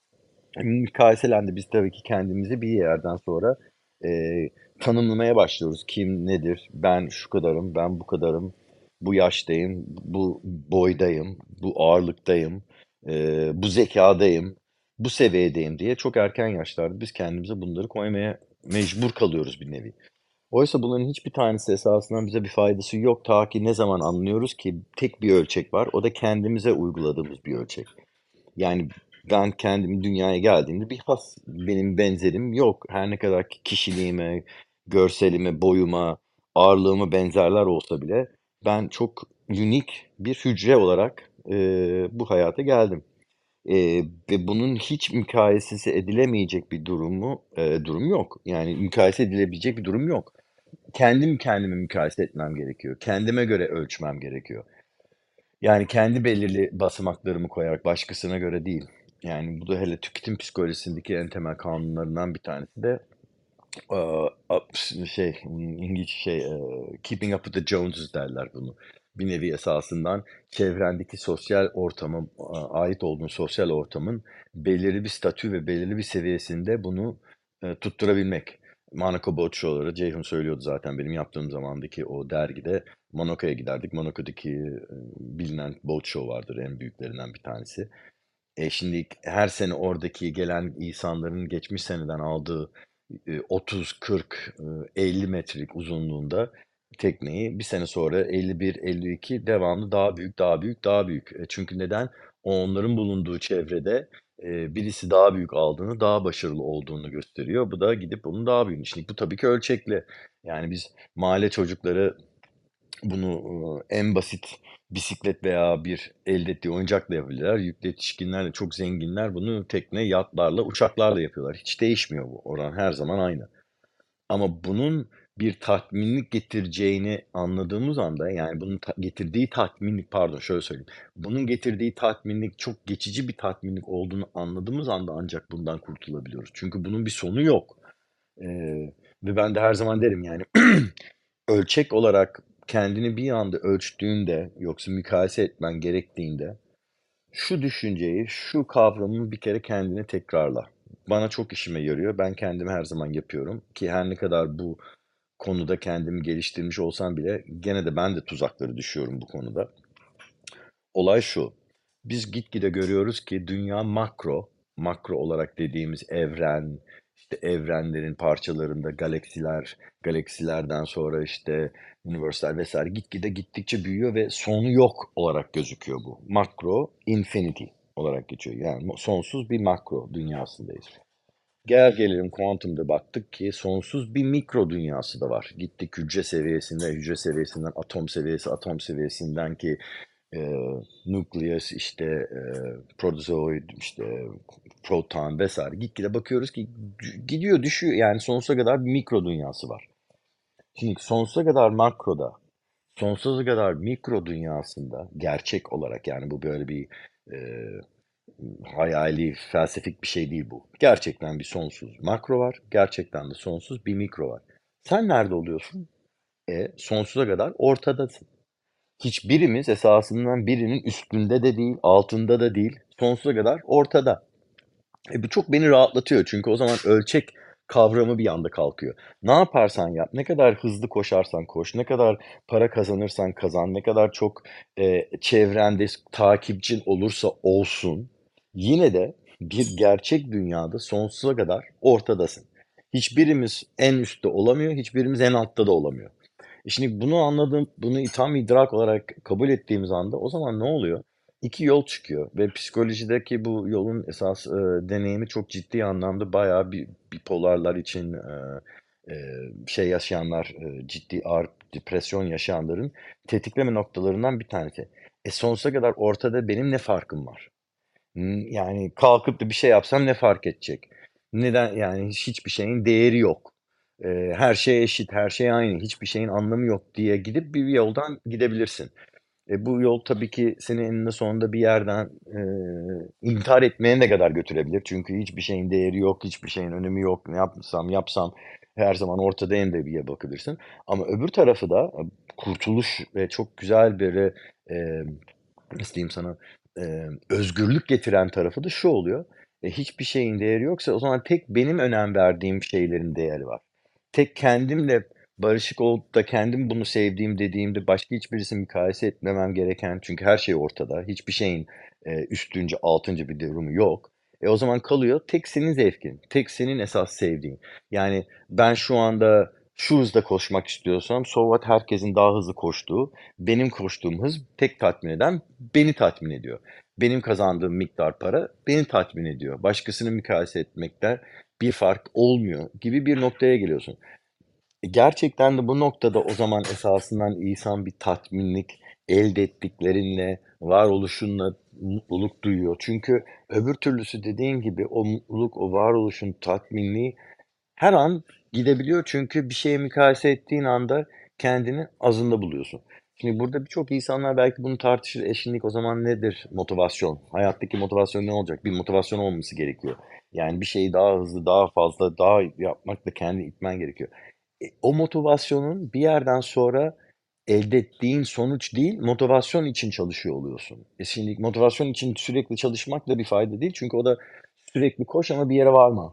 Mukayeselendi biz tabii ki kendimizi bir yerden sonra, eee, tanımlamaya başlıyoruz. Kim nedir? Ben şu kadarım, ben bu kadarım, bu yaştayım, bu boydayım, bu ağırlıktayım, eee, bu zekâdayım, bu seviyedeyim diye çok erken yaşlarda biz kendimize bunları koymaya mecbur kalıyoruz bir nevi. Oysa bunların hiçbir tanesi esasında bize bir faydası yok ta ki ne zaman anlıyoruz ki tek bir ölçek var, o da kendimize uyguladığımız bir ölçek. Yani ben kendim dünyaya geldiğimde bir has benim benzerim yok. Her ne kadar ki kişiliğime, görselime, boyuma, ağırlığıma benzerler olsa bile ben çok unique bir hücre olarak, eee, bu hayata geldim. Eee, ve bunun hiç mukayesesi edilemeyecek bir durumu eee, durum yok. Yani mukayese edilebilecek bir durum yok. Kendim kendimi mukayese etmem gerekiyor. Kendime göre ölçmem gerekiyor. Yani kendi belirli basamaklarımı koyarak, başkasına göre değil. Yani bu da hele tüketim psikolojisindeki en temel kanunlarından bir tanesi de aaa, ap şey, İngilizce şey, eee, keeping up with the Joneses derler bunu. Bir nevi esasından çevrendeki sosyal ortama, aaa, ait olduğun sosyal ortamın belirli bir statü ve belirli bir seviyesinde bunu, eee, tutturabilmek. Monaco Boat Show'ları, Ceyhun söylüyordu zaten benim yaptığım zamandaki o dergide Monaco'ya giderdik. Monaco'daki, eee, bilinen boat show vardır, en büyüklerinden bir tanesi. E, şimdi her sene oradaki gelen insanların geçmiş seneden aldığı e, otuz, kırk, e, elli metrelik uzunluğunda tekneyi bir sene sonra elli bir, elli iki devamlı daha büyük, daha büyük, daha büyük. E, çünkü neden? Onların bulunduğu çevrede e, birisi daha büyük aldığını, daha başarılı olduğunu gösteriyor. Bu da gidip bunun daha büyüğünü. Şimdi bu tabii ki ölçekli. Yani biz mahalle çocukları bunu, ııı, en basit bisiklet veya bir elde ettiği oyuncakla yapabilirler. Yüklü yetişkinler de çok zenginler bunu tekne, yatlarla, uçaklarla yapıyorlar. Hiç değişmiyor bu oran her zaman aynı. Ama bunun bir tatminlik getireceğini anladığımız anda, yani bunun ta getirdiği tatminlik, pardon şöyle söyleyeyim, bunun getirdiği tatminlik çok geçici bir tatminlik olduğunu anladığımız anda ancak bundan kurtulabiliyoruz. Çünkü bunun bir sonu yok. Eee, ve ben de her zaman derim yani ölçek olarak kendini bir anda ölçtüğünde, yoksa mukayese etmen gerektiğinde şu düşünceyi, şu kavramı bir kere kendine tekrarla. Bana çok işime yarıyor. Ben kendim her zaman yapıyorum ki her ne kadar bu konuda kendimi geliştirmiş olsam bile gene de ben de tuzakları düşüyorum bu konuda. Olay şu: biz gitgide görüyoruz ki dünya makro, makro olarak dediğimiz evren, işte evrenlerin parçalarında galaksiler, galaksilerden sonra işte universe'ler vesaire gitgide gittikçe büyüyor ve sonu yok olarak gözüküyor bu. Makro, infinity olarak geçiyor. Yani sonsuz bir makro dünyasındayız. Gel gelelim kuantumda baktık ki sonsuz bir mikro dünyası da var. Gittik hücre seviyesinden, hücre seviyesinden atom seviyesi, atom seviyesinden ki Eee, nükleus, işte, eee, protozoid, işte, proton vesaire gitgide bakıyoruz ki dü gidiyor, düşüyor. Yani sonsuza kadar bir mikro dünyası var. Şimdi sonsuza kadar makroda, sonsuza kadar mikro dünyasında gerçek olarak, yani bu böyle bir, eee, hayali, felsefik bir şey değil bu. Gerçekten bir sonsuz makro var, gerçekten de sonsuz bir mikro var. Sen nerede oluyorsun? E, sonsuza kadar ortadasın. Hiçbirimiz esasından birinin üstünde de değil, altında da değil, sonsuza kadar ortada. E, bu çok beni rahatlatıyor çünkü o zaman ölçek kavramı bir anda kalkıyor. Ne yaparsan yap, ne kadar hızlı koşarsan koş, ne kadar para kazanırsan kazan, ne kadar çok, eee, çevrende takipçin olursa olsun, yine de bir gerçek dünyada sonsuza kadar ortadasın. Hiçbirimiz en üstte olamıyor, hiçbirimiz en altta da olamıyor. E, şimdi bunu anladığım, bunu tam idrak olarak kabul ettiğimiz anda o zaman ne oluyor? İki yol çıkıyor ve psikolojideki bu yolun esas, eee, deneyimi çok ciddi anlamda bayağı bi bipolarlar için, eee, eee, şey yaşayanlar, eee, ciddi ağır depresyon yaşayanların tetikleme noktalarından bir tanesi. E, sonsuza kadar ortada benim ne farkım var? Imm, yani kalkıp da bir şey yapsam ne fark edecek? Neden yani hiç hiçbir şeyin değeri yok. Eee, her şey eşit, her şey aynı, hiçbir şeyin anlamı yok diye gidip bir yoldan gidebilirsin. E, bu yol tabii ki seni eninde sonunda bir yerden, eee, intihar etmeye ne kadar götürebilir. Çünkü hiçbir şeyin değeri yok, hiçbir şeyin önemi yok. Ne yapsam yapsam her zaman ortadayım da diye bakabilirsin. Ama öbür tarafı da e, kurtuluş ve çok güzel bir, emm, nasıl diyeyim sana, emm, özgürlük getiren tarafı da şu oluyor: E, hiçbir şeyin değeri yoksa o zaman tek benim önem verdiğim şeylerin değeri var. Tek kendimle barışık olup da kendim bunu sevdiğim dediğimde başka hiçbirisini mukayese etmemem gereken çünkü her şey ortada. Hiçbir şeyin, eee, üstüncü, altıncı bir durumu yok. E, o zaman kalıyor tek senin zevkin, tek senin esas sevdiğin. Yani ben şu anda şu hızda koşmak istiyorsam so what herkesin daha hızlı koştuğu, benim koştuğum hız tek tatmin eden beni tatmin ediyor. Benim kazandığım miktar para beni tatmin ediyor. Başkasını mukayese etmekte bir fark olmuyor gibi bir noktaya geliyorsun. E, gerçekten de bu noktada o zaman esasından insan bir tatminlik elde ettiklerinle, varoluşunla mutluluk duyuyor. Çünkü öbür türlüsü dediğin gibi o mutluluk, o varoluşun tatminliği her an gidebiliyor çünkü bir şeye mukayese ettiğin anda kendini azında buluyorsun. Şimdi burada birçok insanlar belki bunu tartışır. Eşinlik o zaman nedir motivasyon? Hayattaki motivasyon ne olacak? Bir motivasyon olması gerekiyor. Yani bir şeyi daha hızlı, daha fazla, daha yapmakla kendini itmen gerekiyor. E, o motivasyonun bir yerden sonra elde ettiğin sonuç değil, motivasyon için çalışıyor oluyorsun. E, şimdi motivasyon için sürekli çalışmak da bir fayda değil çünkü o da sürekli koş ama bir yere varma.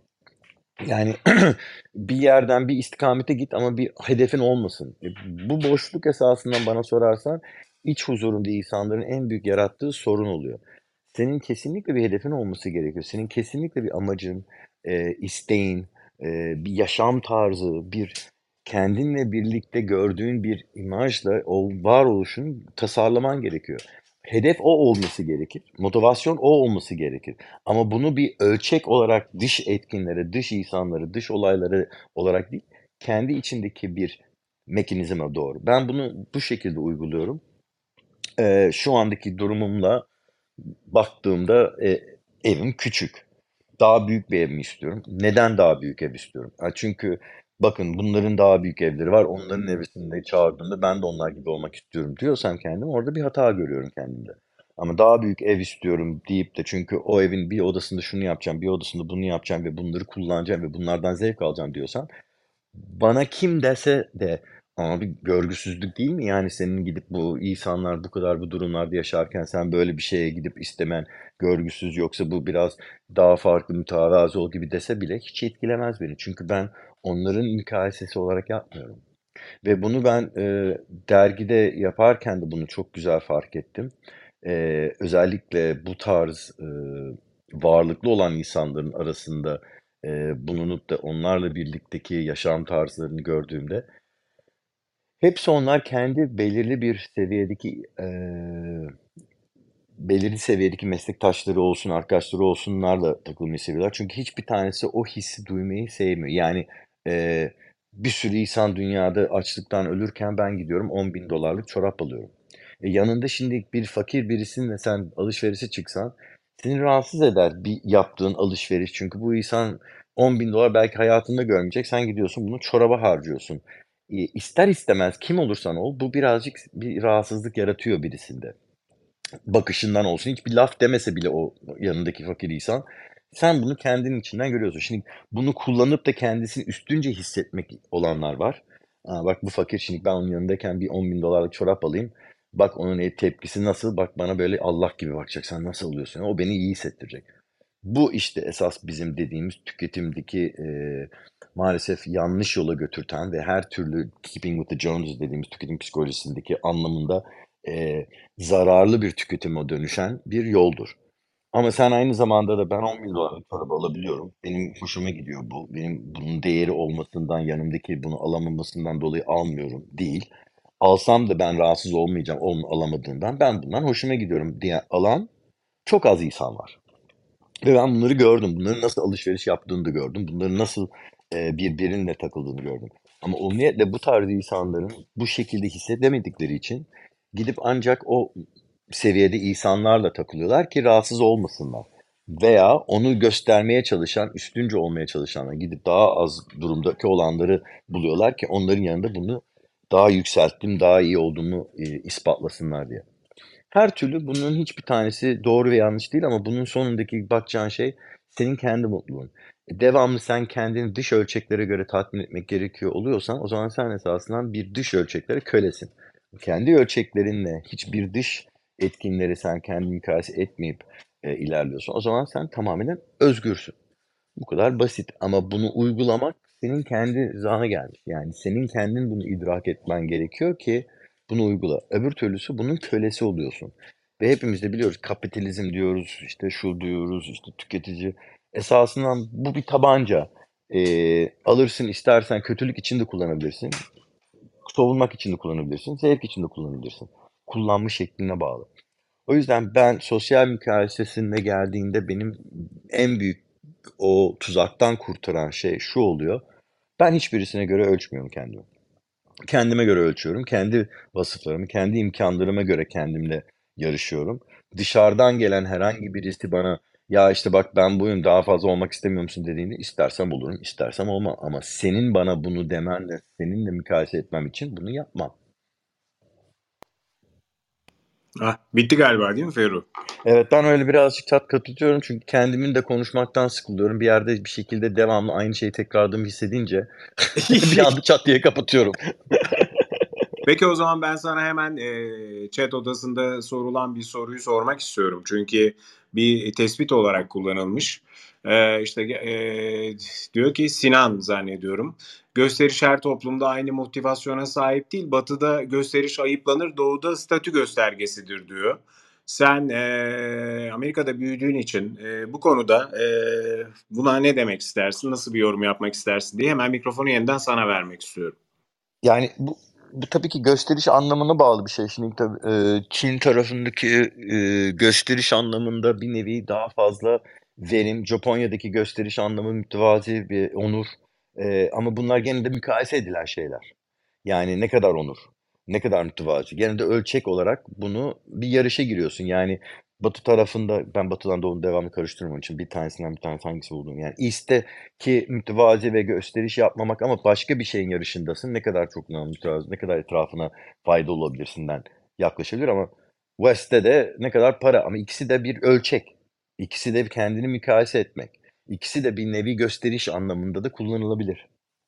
Yani bir yerden bir istikamete git ama bir hedefin olmasın. E, bu boşluk esasından bana sorarsan iç huzurunda insanların en büyük yarattığı sorun oluyor. Senin kesinlikle bir hedefin olması gerekiyor. Senin kesinlikle bir amacın, eee, isteğin, eee, bir yaşam tarzı, bir kendinle birlikte gördüğün bir imajla o varoluşunu tasarlaman gerekiyor. Hedef o olması gerekir. Motivasyon o olması gerekir. Ama bunu bir ölçek olarak dış etkinlere, dış insanları, dış olayları olarak değil, kendi içindeki bir mekanizma doğru. Ben bunu bu şekilde uyguluyorum. Eee, şu andaki durumumla baktığımda, eee, evim küçük. Daha büyük bir ev mi istiyorum? Neden daha büyük ev istiyorum? Ha, çünkü bakın bunların daha büyük evleri var. Onların evinde çağırdığımda ben de onlar gibi olmak istiyorum diyorsam kendim orada bir hata görüyorum kendimde. Ama daha büyük ev istiyorum deyip de çünkü o evin bir odasında şunu yapacağım, bir odasında bunu yapacağım ve bunları kullanacağım ve bunlardan zevk alacağım diyorsam bana kim dese de ama bir görgüsüzlük değil mi? Yani senin gidip bu insanlar bu kadar bu durumlarda yaşarken sen böyle bir şeye gidip istemen görgüsüz yoksa bu biraz daha farklı mütevazi ol gibi dese bile hiç etkilemez beni. Çünkü ben onların mukayesesi olarak yapmıyorum. Ve bunu ben e, dergide yaparken de bunu çok güzel fark ettim. E, özellikle bu tarz e, varlıklı olan insanların arasında e, bulunup da onlarla birlikteki yaşam tarzlarını gördüğümde hepsi onlar kendi belirli bir seviyedeki e, belirli seviyedeki meslektaşları olsun, arkadaşları olsunlarla takılmayı seviyorlar. Çünkü hiçbir tanesi o hissi duymayı sevmiyor. Yani eee, bir sürü insan dünyada açlıktan ölürken ben gidiyorum on bin dolarlık çorap alıyorum. E, yanında şimdi bir fakir birisinle sen alışverişe çıksan seni rahatsız eder bir yaptığın alışveriş. Çünkü bu insan on bin dolar belki hayatında görmeyecek. Sen gidiyorsun bunu çoraba harcıyorsun. E, ister istemez kim olursan ol bu birazcık bir rahatsızlık yaratıyor birisinde bakışından olsun. Hiçbir laf demese bile o yanındaki fakir insan, sen bunu kendinin içinden görüyorsun. Şimdi bunu kullanıp da kendisini üstünce hissetmek olanlar var. Aa, bak bu fakir şimdi ben onun yanındayken bir on bin dolarlık çorap alayım. Bak onun e- tepkisi nasıl? Bak bana böyle Allah gibi bakacak. Sen nasıl oluyorsun? O beni iyi hissettirecek. Bu işte esas bizim dediğimiz tüketimdeki e, maalesef yanlış yola götürten ve her türlü keeping with the Joneses dediğimiz tüketim psikolojisindeki anlamında e, zararlı bir tüketime dönüşen bir yoldur. Ama sen aynı zamanda da ben on bin dolarlık araba alabiliyorum. Benim hoşuma gidiyor bu. Benim bunun değeri olmasından, yanımdaki bunu alamamasından dolayı almıyorum değil. Alsam da ben rahatsız olmayacağım onun alamadığından. Ben bundan hoşuma gidiyorum diye alan çok az insan var. Ve ben bunları gördüm. Bunların nasıl alışveriş yaptığını da gördüm. Bunların nasıl e, birbirine takıldığını gördüm. Ama umniyetle bu tarz insanların bu şekilde hissedemedikleri için gidip ancak o seviyede insanlarla takılıyorlar ki rahatsız olmasınlar. Veya onu göstermeye çalışan, üstünce olmaya çalışanlar gidip daha az durumdaki olanları buluyorlar ki onların yanında bunu daha yükselttim, daha iyi olduğumu e, ispatlasınlar diye. Her türlü bunun hiçbir tanesi doğru ve yanlış değil ama bunun sonundaki bakacağın şey senin kendi mutluluğun. E, Devamlı sen kendini dış ölçeklere göre tatmin etmek gerekiyor oluyorsan o zaman sen esasında bir dış ölçeklere kölesin. Kendi ölçeklerinle hiçbir dış etkinleri sen kendini mukayese etmeyip e, ilerliyorsun. O zaman sen tamamen özgürsün. Bu kadar basit ama bunu uygulamak senin kendi zana gelmiş. Yani senin kendin bunu idrak etmen gerekiyor ki bunu uygula. Öbür türlüsü bunun kölesi oluyorsun. Ve hepimiz de biliyoruz kapitalizm diyoruz, işte şu diyoruz, işte tüketici. Esasında bu bir tabanca. Ee, alırsın istersen kötülük için de kullanabilirsin, savunmak için de kullanabilirsin, zevk için de kullanabilirsin. Kullanma şekline bağlı. O yüzden ben sosyal mükayesesinde geldiğinde benim en büyük o tuzaktan kurtaran şey şu oluyor. Ben hiçbirisine göre ölçmüyorum kendimi. Kendime göre ölçüyorum. Kendi vasıflarımı, kendi imkanlarıma göre kendimle yarışıyorum. Dışarıdan gelen herhangi birisi bana ya işte bak ben buyum daha fazla olmak istemiyor musun dediğinde istersem olurum, istersem olmam. Ama senin bana bunu demenle, seninle mukayese etmem için bunu yapmam. Ah, bitti galiba değil mi Ferru? Evet ben öyle birazcık tat katıtıyorum çünkü kendimin de konuşmaktan sıkılıyorum. Bir yerde bir şekilde devamlı aynı şeyi tekrarladığımı hissedince bir anda çat diye kapatıyorum. Peki o zaman ben sana hemen e, chat odasında sorulan bir soruyu sormak istiyorum. Çünkü bir tespit olarak kullanılmış. E, işte e, diyor ki Sinan zannediyorum. Gösteriş her toplumda aynı motivasyona sahip değil. Batı'da gösteriş ayıplanır, Doğu'da statü göstergesidir diyor. Sen e, Amerika'da büyüdüğün için e, bu konuda e, buna ne demek istersin, nasıl bir yorum yapmak istersin diye hemen mikrofonu yeniden sana vermek istiyorum. Yani bu, bu tabii ki gösteriş anlamına bağlı bir şey. Şimdi tabii, e, Çin tarafındaki e, gösteriş anlamında bir nevi daha fazla verim, Japonya'daki gösteriş anlamı mütevazi bir onur. E, ama bunlar gene de mukayese edilen şeyler. Yani ne kadar onur, ne kadar mütevazi. Gene de ölçek olarak bunu bir yarışa giriyorsun. Yani Batı tarafında, ben Batı'dan Doğu'nu devamlı karıştırmam için bir tanesinden bir tanesi hangisi olduğunu. Yani East'te ki mütevazi ve gösteriş yapmamak ama başka bir şeyin yarışındasın. Ne kadar çok mütevazi, ne kadar etrafına fayda olabilirsinden yaklaşabilir ama West'te de ne kadar para ama ikisi de bir ölçek. İkisi de kendini mukayese etmek. İkisi de bir nevi gösteriş anlamında da kullanılabilir.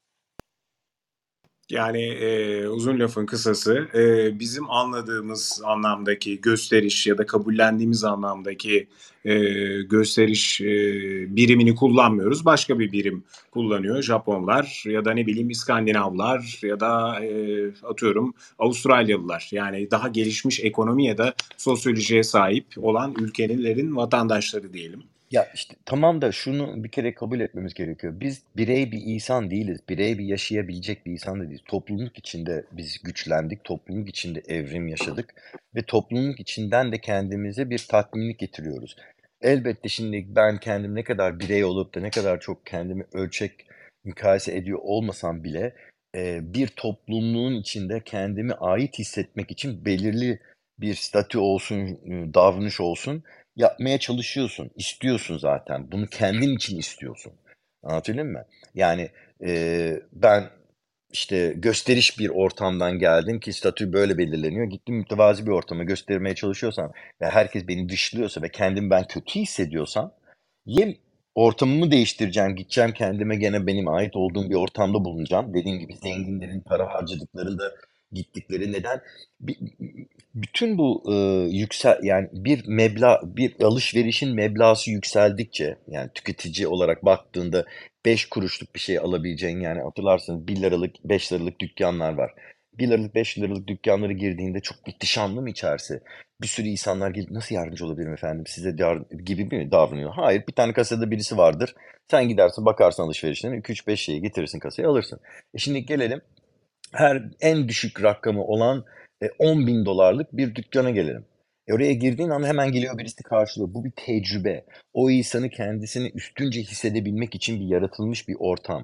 Yani e, uzun lafın kısası e, bizim anladığımız anlamdaki gösteriş ya da kabullendiğimiz anlamdaki e, gösteriş e, birimini kullanmıyoruz. Başka bir birim kullanıyor Japonlar ya da ne bileyim İskandinavlar ya da e, atıyorum Avustralyalılar. Yani daha gelişmiş ekonomi ya da sosyolojiye sahip olan ülkelerin vatandaşları diyelim. Ya işte tamam da şunu bir kere kabul etmemiz gerekiyor. Biz birey bir insan değiliz. Birey bir yaşayabilecek bir insan da değiliz. Topluluk içinde biz güçlendik. Topluluk içinde evrim yaşadık. Ve topluluk içinden de kendimize bir tatminlik getiriyoruz. Elbette şimdi ben kendim ne kadar birey olup da ne kadar çok kendimi ölçek mukayese ediyor olmasam bile e, bir topluluğun içinde kendimi ait hissetmek için belirli bir statü olsun, e, davranış olsun yapmaya çalışıyorsun, istiyorsun zaten. Bunu kendin için istiyorsun. Anlatabildim mi? Yani e, ben işte gösteriş bir ortamdan geldim ki statü böyle belirleniyor. Gittim mütevazi bir ortama göstermeye çalışıyorsam ve herkes beni dışlıyorsa ve kendimi ben kötü hissediyorsam ya ortamımı değiştireceğim, gideceğim kendime gene benim ait olduğum bir ortamda bulunacağım. Dediğim gibi zenginlerin para harcadıklarında gittikleri neden? Bi- bütün bu e, yüksel yani bir meblağ bir alışverişin meblası yükseldikçe yani tüketici olarak baktığında beş kuruşluk bir şey alabileceğin yani hatırlarsınız bir liralık beş liralık dükkanlar var. Bir liralık beş liralık dükkanlara girdiğinde çok ihtişamlı mı içerisi? Bir sürü insanlar gelip nasıl yardımcı olabilirim efendim size dar- gibi mi davranıyor? Hayır bir tane kasada birisi vardır. Sen gidersin bakarsın alışverişlerine iki üç beş şeyi getirirsin kasaya alırsın. E şimdi gelelim her en düşük rakamı olan e, on bin dolarlık bir dükkana gelelim. E, oraya girdiğin an hemen geliyor birisi karşılıyor. Bu bir tecrübe. O insanı kendisini üstünce hissedebilmek için bir yaratılmış bir ortam.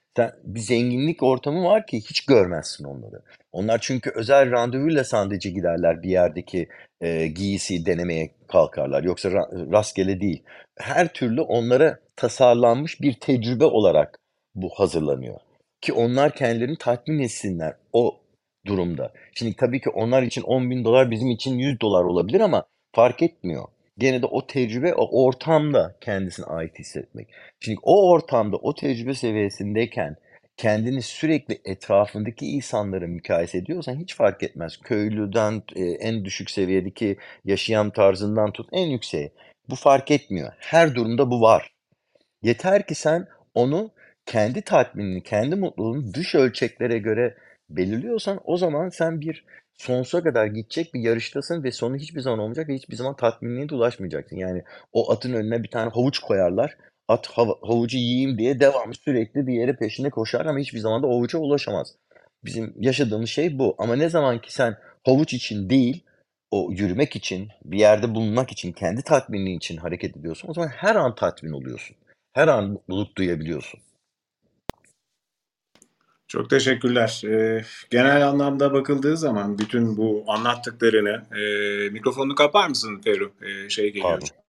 Sen bir zenginlik ortamı var ki hiç görmezsin onları. Onlar çünkü özel randevuyla sadece giderler bir yerdeki, eee, giysiyi denemeye kalkarlar. Yoksa ra rastgele değil. Her türlü onlara tasarlanmış bir tecrübe olarak bu hazırlanıyor ki onlar kendilerini tatmin etsinler o durumda. Şimdi tabii ki onlar için on bin dolar bizim için yüz dolar olabilir ama fark etmiyor. Gene de o tecrübe o ortamda kendisine ait hissetmek. Şimdi o ortamda, o tecrübe seviyesindeyken kendini sürekli etrafındaki insanlara mukayese ediyorsan hiç fark etmez. Köylüden, eee, en düşük seviyedeki yaşam tarzından tut en yükseğe. Bu fark etmiyor. Her durumda bu var. Yeter ki sen onu kendi tatminini, kendi mutluluğunu dış ölçeklere göre belirliyorsan o zaman sen bir sonsuza kadar gidecek bir yarıştasın ve sonu hiçbir zaman olmayacak ve hiçbir zaman tatminliğe de ulaşmayacaksın. Yani o atın önüne bir tane havuç koyarlar. At hava havucu yiyeyim diye devamlı sürekli bir yere peşinde koşar ama hiçbir zaman da o havuca ulaşamaz. Bizim yaşadığımız şey bu ama ne zaman ki sen havuç için değil, o yürümek için, bir yerde bulunmak için, kendi tatminliğin için hareket ediyorsun, o zaman her an tatmin oluyorsun. Her an mutluluk duyabiliyorsun. Çok teşekkürler. Ee, genel anlamda bakıldığı zaman bütün bu anlattıklarını, e, mikrofonunu kapar mısın Ferru? Ee, şey geliyor. Pardon.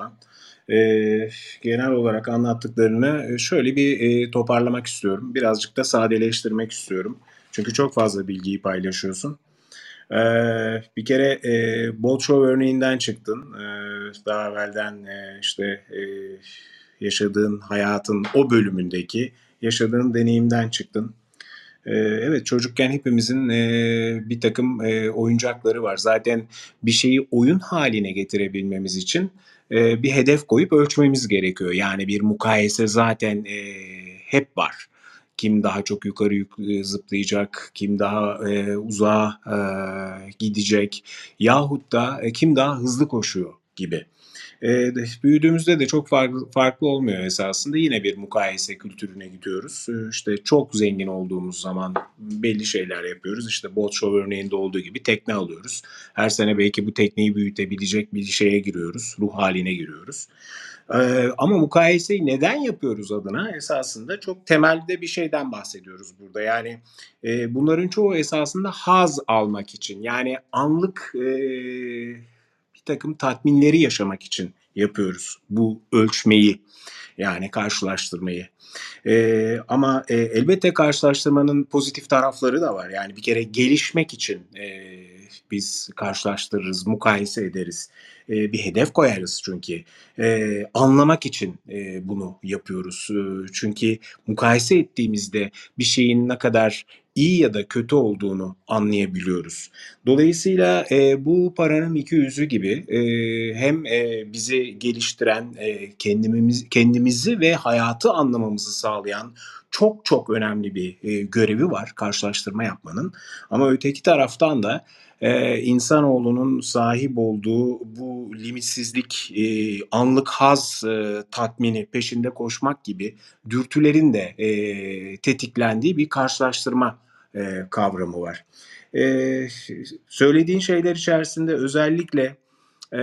Ee, genel olarak anlattıklarını şöyle bir e, toparlamak istiyorum. Birazcık da sadeleştirmek istiyorum. Çünkü çok fazla bilgiyi paylaşıyorsun. Ee, bir kere e, Bolshoi örneğinden çıktın. Ee, daha evvelden e, işte e, yaşadığın hayatın o bölümündeki yaşadığın deneyimden çıktın. Ee, evet, çocukken hepimizin e, bir takım e, oyuncakları var. Zaten bir şeyi oyun haline getirebilmemiz için e, bir hedef koyup ölçmemiz gerekiyor. Yani bir mukayese zaten e, hep var. Kim daha çok yukarı yük- e, zıplayacak, kim daha e, uzağa e, gidecek, yahut da e, kim daha hızlı koşuyor gibi. E, büyüdüğümüzde de çok farklı, farklı olmuyor esasında. Yine bir mukayese kültürüne gidiyoruz. E, işte çok zengin olduğumuz zaman belli şeyler yapıyoruz. İşte Bolshoi örneğinde olduğu gibi tekne alıyoruz. Her sene belki bu tekneyi büyütebilecek bir şeye giriyoruz. Ruh haline giriyoruz. E, ama mukayeseyi neden yapıyoruz adına? Esasında çok temelde bir şeyden bahsediyoruz burada. Yani e, bunların çoğu esasında haz almak için. Yani anlık e, bir takım tatminleri yaşamak için yapıyoruz bu ölçmeyi, yani karşılaştırmayı. Ee, ama e, elbette karşılaştırmanın pozitif tarafları da var. Yani bir kere gelişmek için e, biz karşılaştırırız, mukayese ederiz. E, bir hedef koyarız çünkü. E, anlamak için e, bunu yapıyoruz. E, çünkü mukayese ettiğimizde bir şeyin ne kadar iyi ya da kötü olduğunu anlayabiliyoruz. Dolayısıyla e, bu paranın iki yüzü gibi e, hem e, bizi geliştiren, e, kendimiz kendimizi ve hayatı anlamamızı sağlayan çok çok önemli bir e, görevi var karşılaştırma yapmanın. Ama öteki taraftan da e, insanoğlunun sahip olduğu bu limitsizlik, e, anlık haz e, tatmini peşinde koşmak gibi dürtülerin de e, tetiklendiği bir karşılaştırma e, kavramı var. E, söylediğin şeyler içerisinde özellikle e,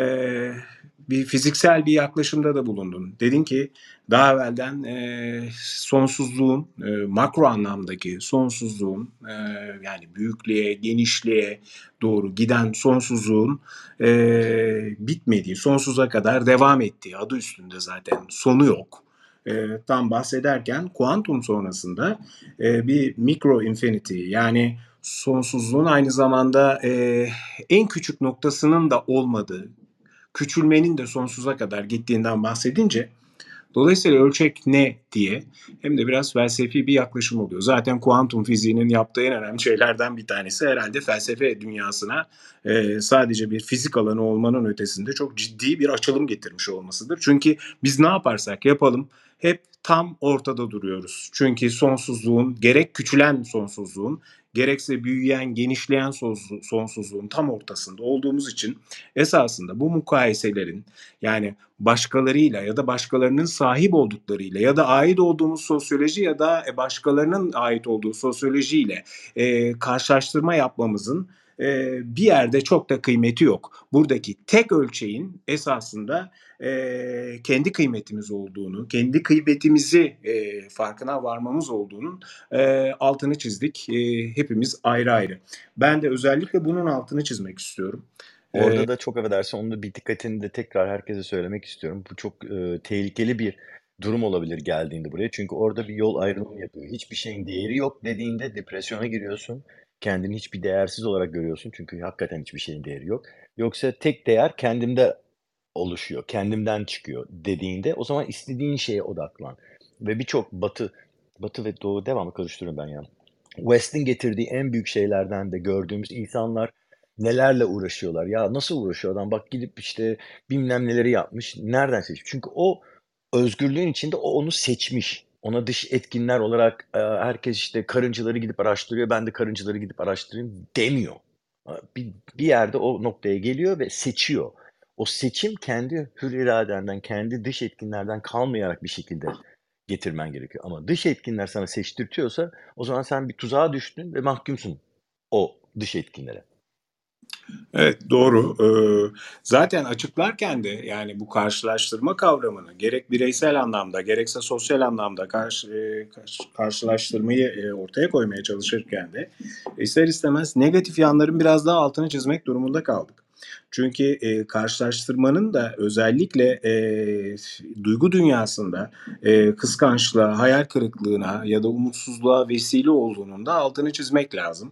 bir fiziksel bir yaklaşımda da bulundun. Dedin ki daha evvelden e, sonsuzluğun, e, makro anlamdaki sonsuzluğun, e, yani büyüklüğe, genişliğe doğru giden sonsuzluğun e, bitmediği, sonsuza kadar devam ettiği adı üstünde zaten sonu yok. E, tam bahsederken kuantum sonrasında e, bir mikro infinity, yani sonsuzluğun aynı zamanda e, en küçük noktasının da olmadığı, küçülmenin de sonsuza kadar gittiğinden bahsedince dolayısıyla ölçek ne diye hem de biraz felsefi bir yaklaşım oluyor. Zaten kuantum fiziğinin yaptığı en önemli şeylerden bir tanesi herhalde felsefe dünyasına e, sadece bir fizik alanı olmanın ötesinde çok ciddi bir açılım getirmiş olmasıdır. Çünkü biz ne yaparsak yapalım hep tam ortada duruyoruz. Çünkü sonsuzluğun, gerek küçülen sonsuzluğun, gerekse büyüyen, genişleyen sonsuzluğun tam ortasında olduğumuz için esasında bu mukayeselerin, yani başkalarıyla ya da başkalarının sahip olduklarıyla ya da ait olduğumuz sosyoloji ya da başkalarının ait olduğu sosyolojiyle e, karşılaştırma yapmamızın e, bir yerde çok da kıymeti yok. Buradaki tek ölçeğin esasında e, kendi kıymetimiz olduğunu, kendi kıymetimizi e, farkına varmamız olduğunun e, altını çizdik. E, hepimiz ayrı ayrı. Ben de özellikle bunun altını çizmek istiyorum. E, Orada da çok affedersin, onun da bir dikkatini de tekrar herkese söylemek istiyorum. Bu çok e, tehlikeli bir durum olabilir geldiğinde buraya. Çünkü orada bir yol ayrımı yapıyor. Hiçbir şeyin değeri yok dediğinde depresyona giriyorsun. Kendini hiçbir değersiz olarak görüyorsun. Çünkü hakikaten hiçbir şeyin değeri yok. Yoksa tek değer kendimde oluşuyor, kendimden çıkıyor dediğinde o zaman istediğin şeye odaklan. Ve birçok batı, batı ve doğu devamlı karıştırıyorum ben ya. West'in getirdiği en büyük şeylerden de gördüğümüz insanlar nelerle uğraşıyorlar. Ya nasıl uğraşıyor adam? Bak gidip işte bilmem neleri yapmış. Nereden seçmiş? Çünkü o özgürlüğün içinde o onu seçmiş. Ona dış etkinler olarak e, herkes işte karıncıları gidip araştırıyor. Ben de karıncıları gidip araştırayım demiyor. Bir, bir yerde o noktaya geliyor ve seçiyor. O seçim kendi hür iradenden, kendi dış etkinlerden kalmayarak bir şekilde getirmen gerekiyor. Ama dış etkinler sana seçtirtiyorsa o zaman sen bir tuzağa düştün ve mahkumsun o dış etkinlere. Evet, doğru. Ee, zaten açıklarken de yani bu karşılaştırma kavramını gerek bireysel anlamda gerekse sosyal anlamda karşı, e, karşı- karşılaştırmayı e, ortaya koymaya çalışırken de ister istemez negatif yanların biraz daha altını çizmek durumunda kaldık. Çünkü e, karşılaştırmanın da özellikle e, duygu dünyasında e, kıskançlığa, hayal kırıklığına ya da umutsuzluğa vesile olduğunun da altını çizmek lazım.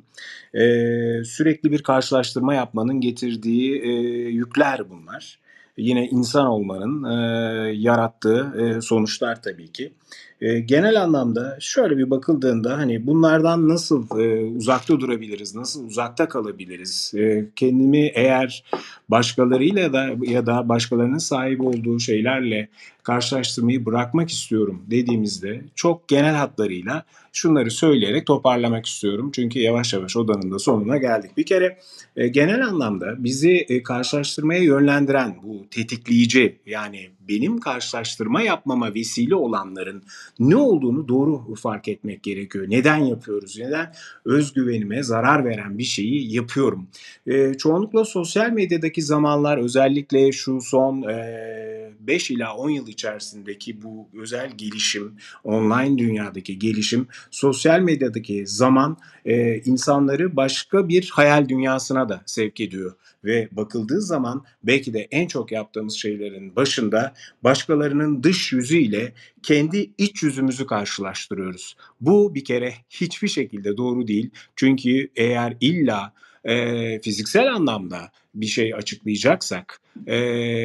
Ee, sürekli bir karşılaştırma yapmanın getirdiği e, yükler bunlar. Yine insan olmanın e, yarattığı e, sonuçlar tabii ki. E, genel anlamda şöyle bir bakıldığında hani bunlardan nasıl e, uzakta durabiliriz, nasıl uzakta kalabiliriz? E, kendimi eğer başkalarıyla da ya da başkalarının sahip olduğu şeylerle karşılaştırmayı bırakmak istiyorum dediğimizde çok genel hatlarıyla şunları söyleyerek toparlamak istiyorum. Çünkü yavaş yavaş odanın da sonuna geldik. Bir kere e, genel anlamda bizi e, karşılaştırmaya yönlendiren bu tetikleyici yani benim karşılaştırma yapmama vesile olanların ne olduğunu doğru fark etmek gerekiyor. Neden yapıyoruz? Neden özgüvenime zarar veren bir şeyi yapıyorum? E, çoğunlukla sosyal medyadaki zamanlar özellikle şu son e, beş ila on yıl içerisindeki bu özel gelişim, online dünyadaki gelişim, sosyal medyadaki zaman e, insanları başka bir hayal dünyasına da sevk ediyor. Ve bakıldığı zaman belki de en çok yaptığımız şeylerin başında başkalarının dış yüzüyle kendi iç yüzümüzü karşılaştırıyoruz. Bu bir kere hiçbir şekilde doğru değil. Çünkü eğer illa e, fiziksel anlamda bir şey açıklayacaksak e,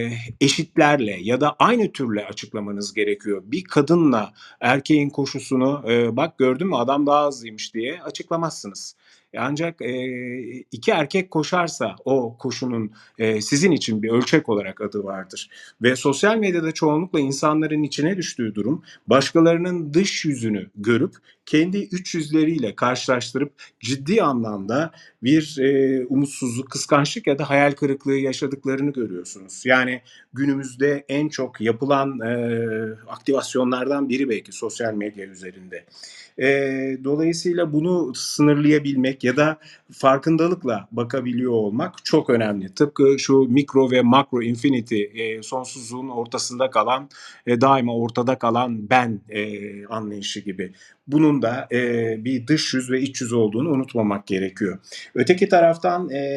eşitlerle ya da aynı türle açıklamanız gerekiyor. Bir kadınla erkeğin koşusunu e, bak gördün mü adam daha hızlıymış diye açıklamazsınız. Ancak e, iki erkek koşarsa o koşunun e, sizin için bir ölçek olarak adı vardır. Ve sosyal medyada çoğunlukla insanların içine düştüğü durum başkalarının dış yüzünü görüp kendi iç yüzleriyle karşılaştırıp ciddi anlamda bir e, umutsuzluk, kıskançlık ya da hayal kırıklığı yaşadıklarını görüyorsunuz. Yani günümüzde en çok yapılan e, aktivasyonlardan biri belki sosyal medya üzerinde. E, dolayısıyla bunu sınırlayabilmek ya da farkındalıkla bakabiliyor olmak çok önemli. Tıpkı şu mikro ve makro infinity e, sonsuzluğun ortasında kalan, e, daima ortada kalan ben e, anlayışı gibi. Bunun da e, bir dış yüz ve iç yüz olduğunu unutmamak gerekiyor. Öteki taraftan e,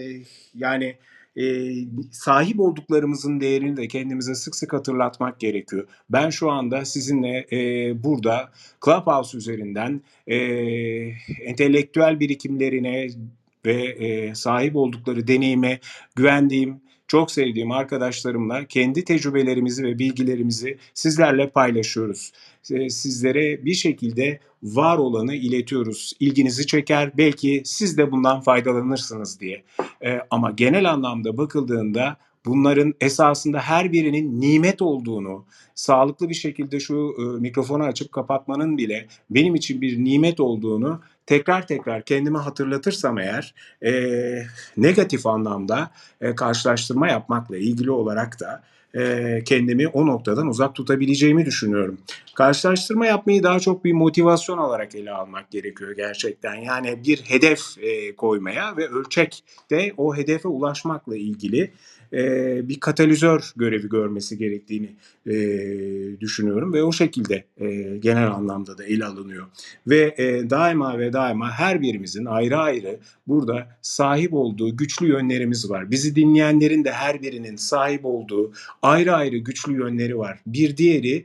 yani e, sahip olduklarımızın değerini de kendimize sık sık hatırlatmak gerekiyor. Ben şu anda sizinle e, burada Clubhouse üzerinden e, entelektüel birikimlerine ve e, sahip oldukları deneyime güvendiğim, çok sevdiğim arkadaşlarımla kendi tecrübelerimizi ve bilgilerimizi sizlerle paylaşıyoruz. E, sizlere bir şekilde var olanı iletiyoruz. İlginizi çeker, belki siz de bundan faydalanırsınız diye. E, ama genel anlamda bakıldığında bunların esasında her birinin nimet olduğunu, sağlıklı bir şekilde şu e, mikrofonu açıp kapatmanın bile benim için bir nimet olduğunu tekrar tekrar kendime hatırlatırsam eğer e, negatif anlamda e, karşılaştırma yapmakla ilgili olarak da e, kendimi o noktadan uzak tutabileceğimi düşünüyorum. Karşılaştırma yapmayı daha çok bir motivasyon olarak ele almak gerekiyor gerçekten. Yani bir hedef e, koymaya ve ölçek de o hedefe ulaşmakla ilgili e, bir katalizör görevi görmesi gerektiğini e, düşünüyorum ve o şekilde e, genel anlamda da ele alınıyor. Ve e, daima ve daima her birimizin ayrı ayrı burada sahip olduğu güçlü yönlerimiz var. Bizi dinleyenlerin de her birinin sahip olduğu ayrı ayrı güçlü yönleri var. Bir diğeri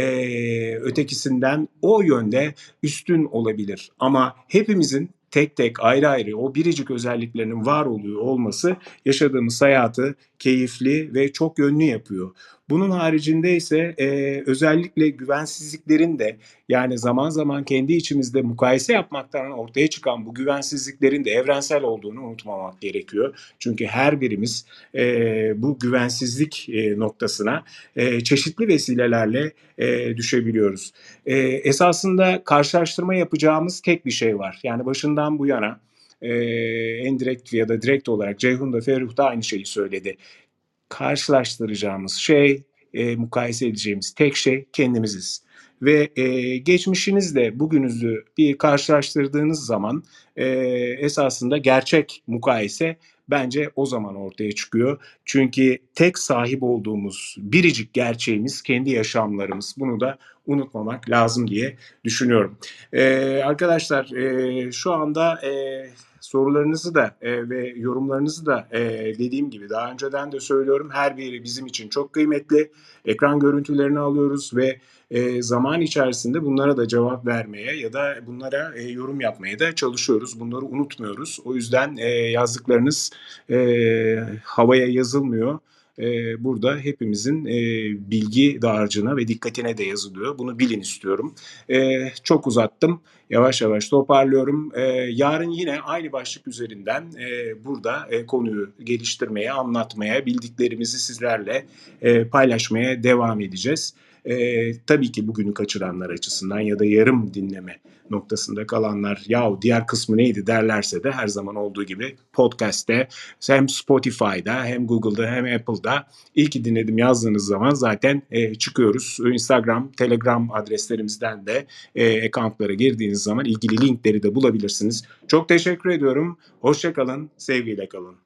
e, ötekisinden o yönde üstün olabilir. Ama hepimizin tek tek ayrı ayrı o biricik özelliklerinin var oluyor olması yaşadığımız hayatı keyifli ve çok yönlü yapıyor. Bunun haricinde ise e, özellikle güvensizliklerin de, yani zaman zaman kendi içimizde mukayese yapmaktan ortaya çıkan bu güvensizliklerin de evrensel olduğunu unutmamak gerekiyor. Çünkü her birimiz e, bu güvensizlik e, noktasına e, çeşitli vesilelerle e, düşebiliyoruz. E, esasında karşılaştırma yapacağımız tek bir şey var. Yani başından bu yana e, endirekt ya da direkt olarak Ceyhun da Ferruh da aynı şeyi söyledi. Karşılaştıracağımız şey, e, mukayese edeceğimiz tek şey kendimiziz. Ve e, geçmişinizle bugününüzü bir karşılaştırdığınız zaman e, esasında gerçek mukayese bence o zaman ortaya çıkıyor. Çünkü tek sahip olduğumuz biricik gerçeğimiz kendi yaşamlarımız. Bunu da unutmamak lazım diye düşünüyorum. E, arkadaşlar e, şu anda e, sorularınızı da e, ve yorumlarınızı da e, dediğim gibi daha önceden de söylüyorum, her biri bizim için çok kıymetli. Ekran görüntülerini alıyoruz ve e, zaman içerisinde bunlara da cevap vermeye ya da bunlara e, yorum yapmaya da çalışıyoruz. Bunları unutmuyoruz. O yüzden e, yazdıklarınız e, havaya yazılmıyor. E, burada hepimizin e, bilgi dağarcığına ve dikkatine de yazılıyor. Bunu bilin istiyorum. E, çok uzattım. Yavaş yavaş toparlıyorum. Ee, yarın yine aynı başlık üzerinden e, burada e, konuyu geliştirmeye, anlatmaya, bildiklerimizi sizlerle e, paylaşmaya devam edeceğiz. E, tabii ki bugünü kaçıranlar açısından ya da yarım dinleme noktasında kalanlar yahu diğer kısmı neydi derlerse de her zaman olduğu gibi podcast'te hem Spotify'da hem Google'da hem Apple'da iyi ki dinledim yazdığınız zaman zaten e, çıkıyoruz. Instagram, Telegram adreslerimizden de e, accountlara girdiğiniz zaman ilgili linkleri de bulabilirsiniz. Çok teşekkür ediyorum. Hoşça kalın, sevgiyle kalın.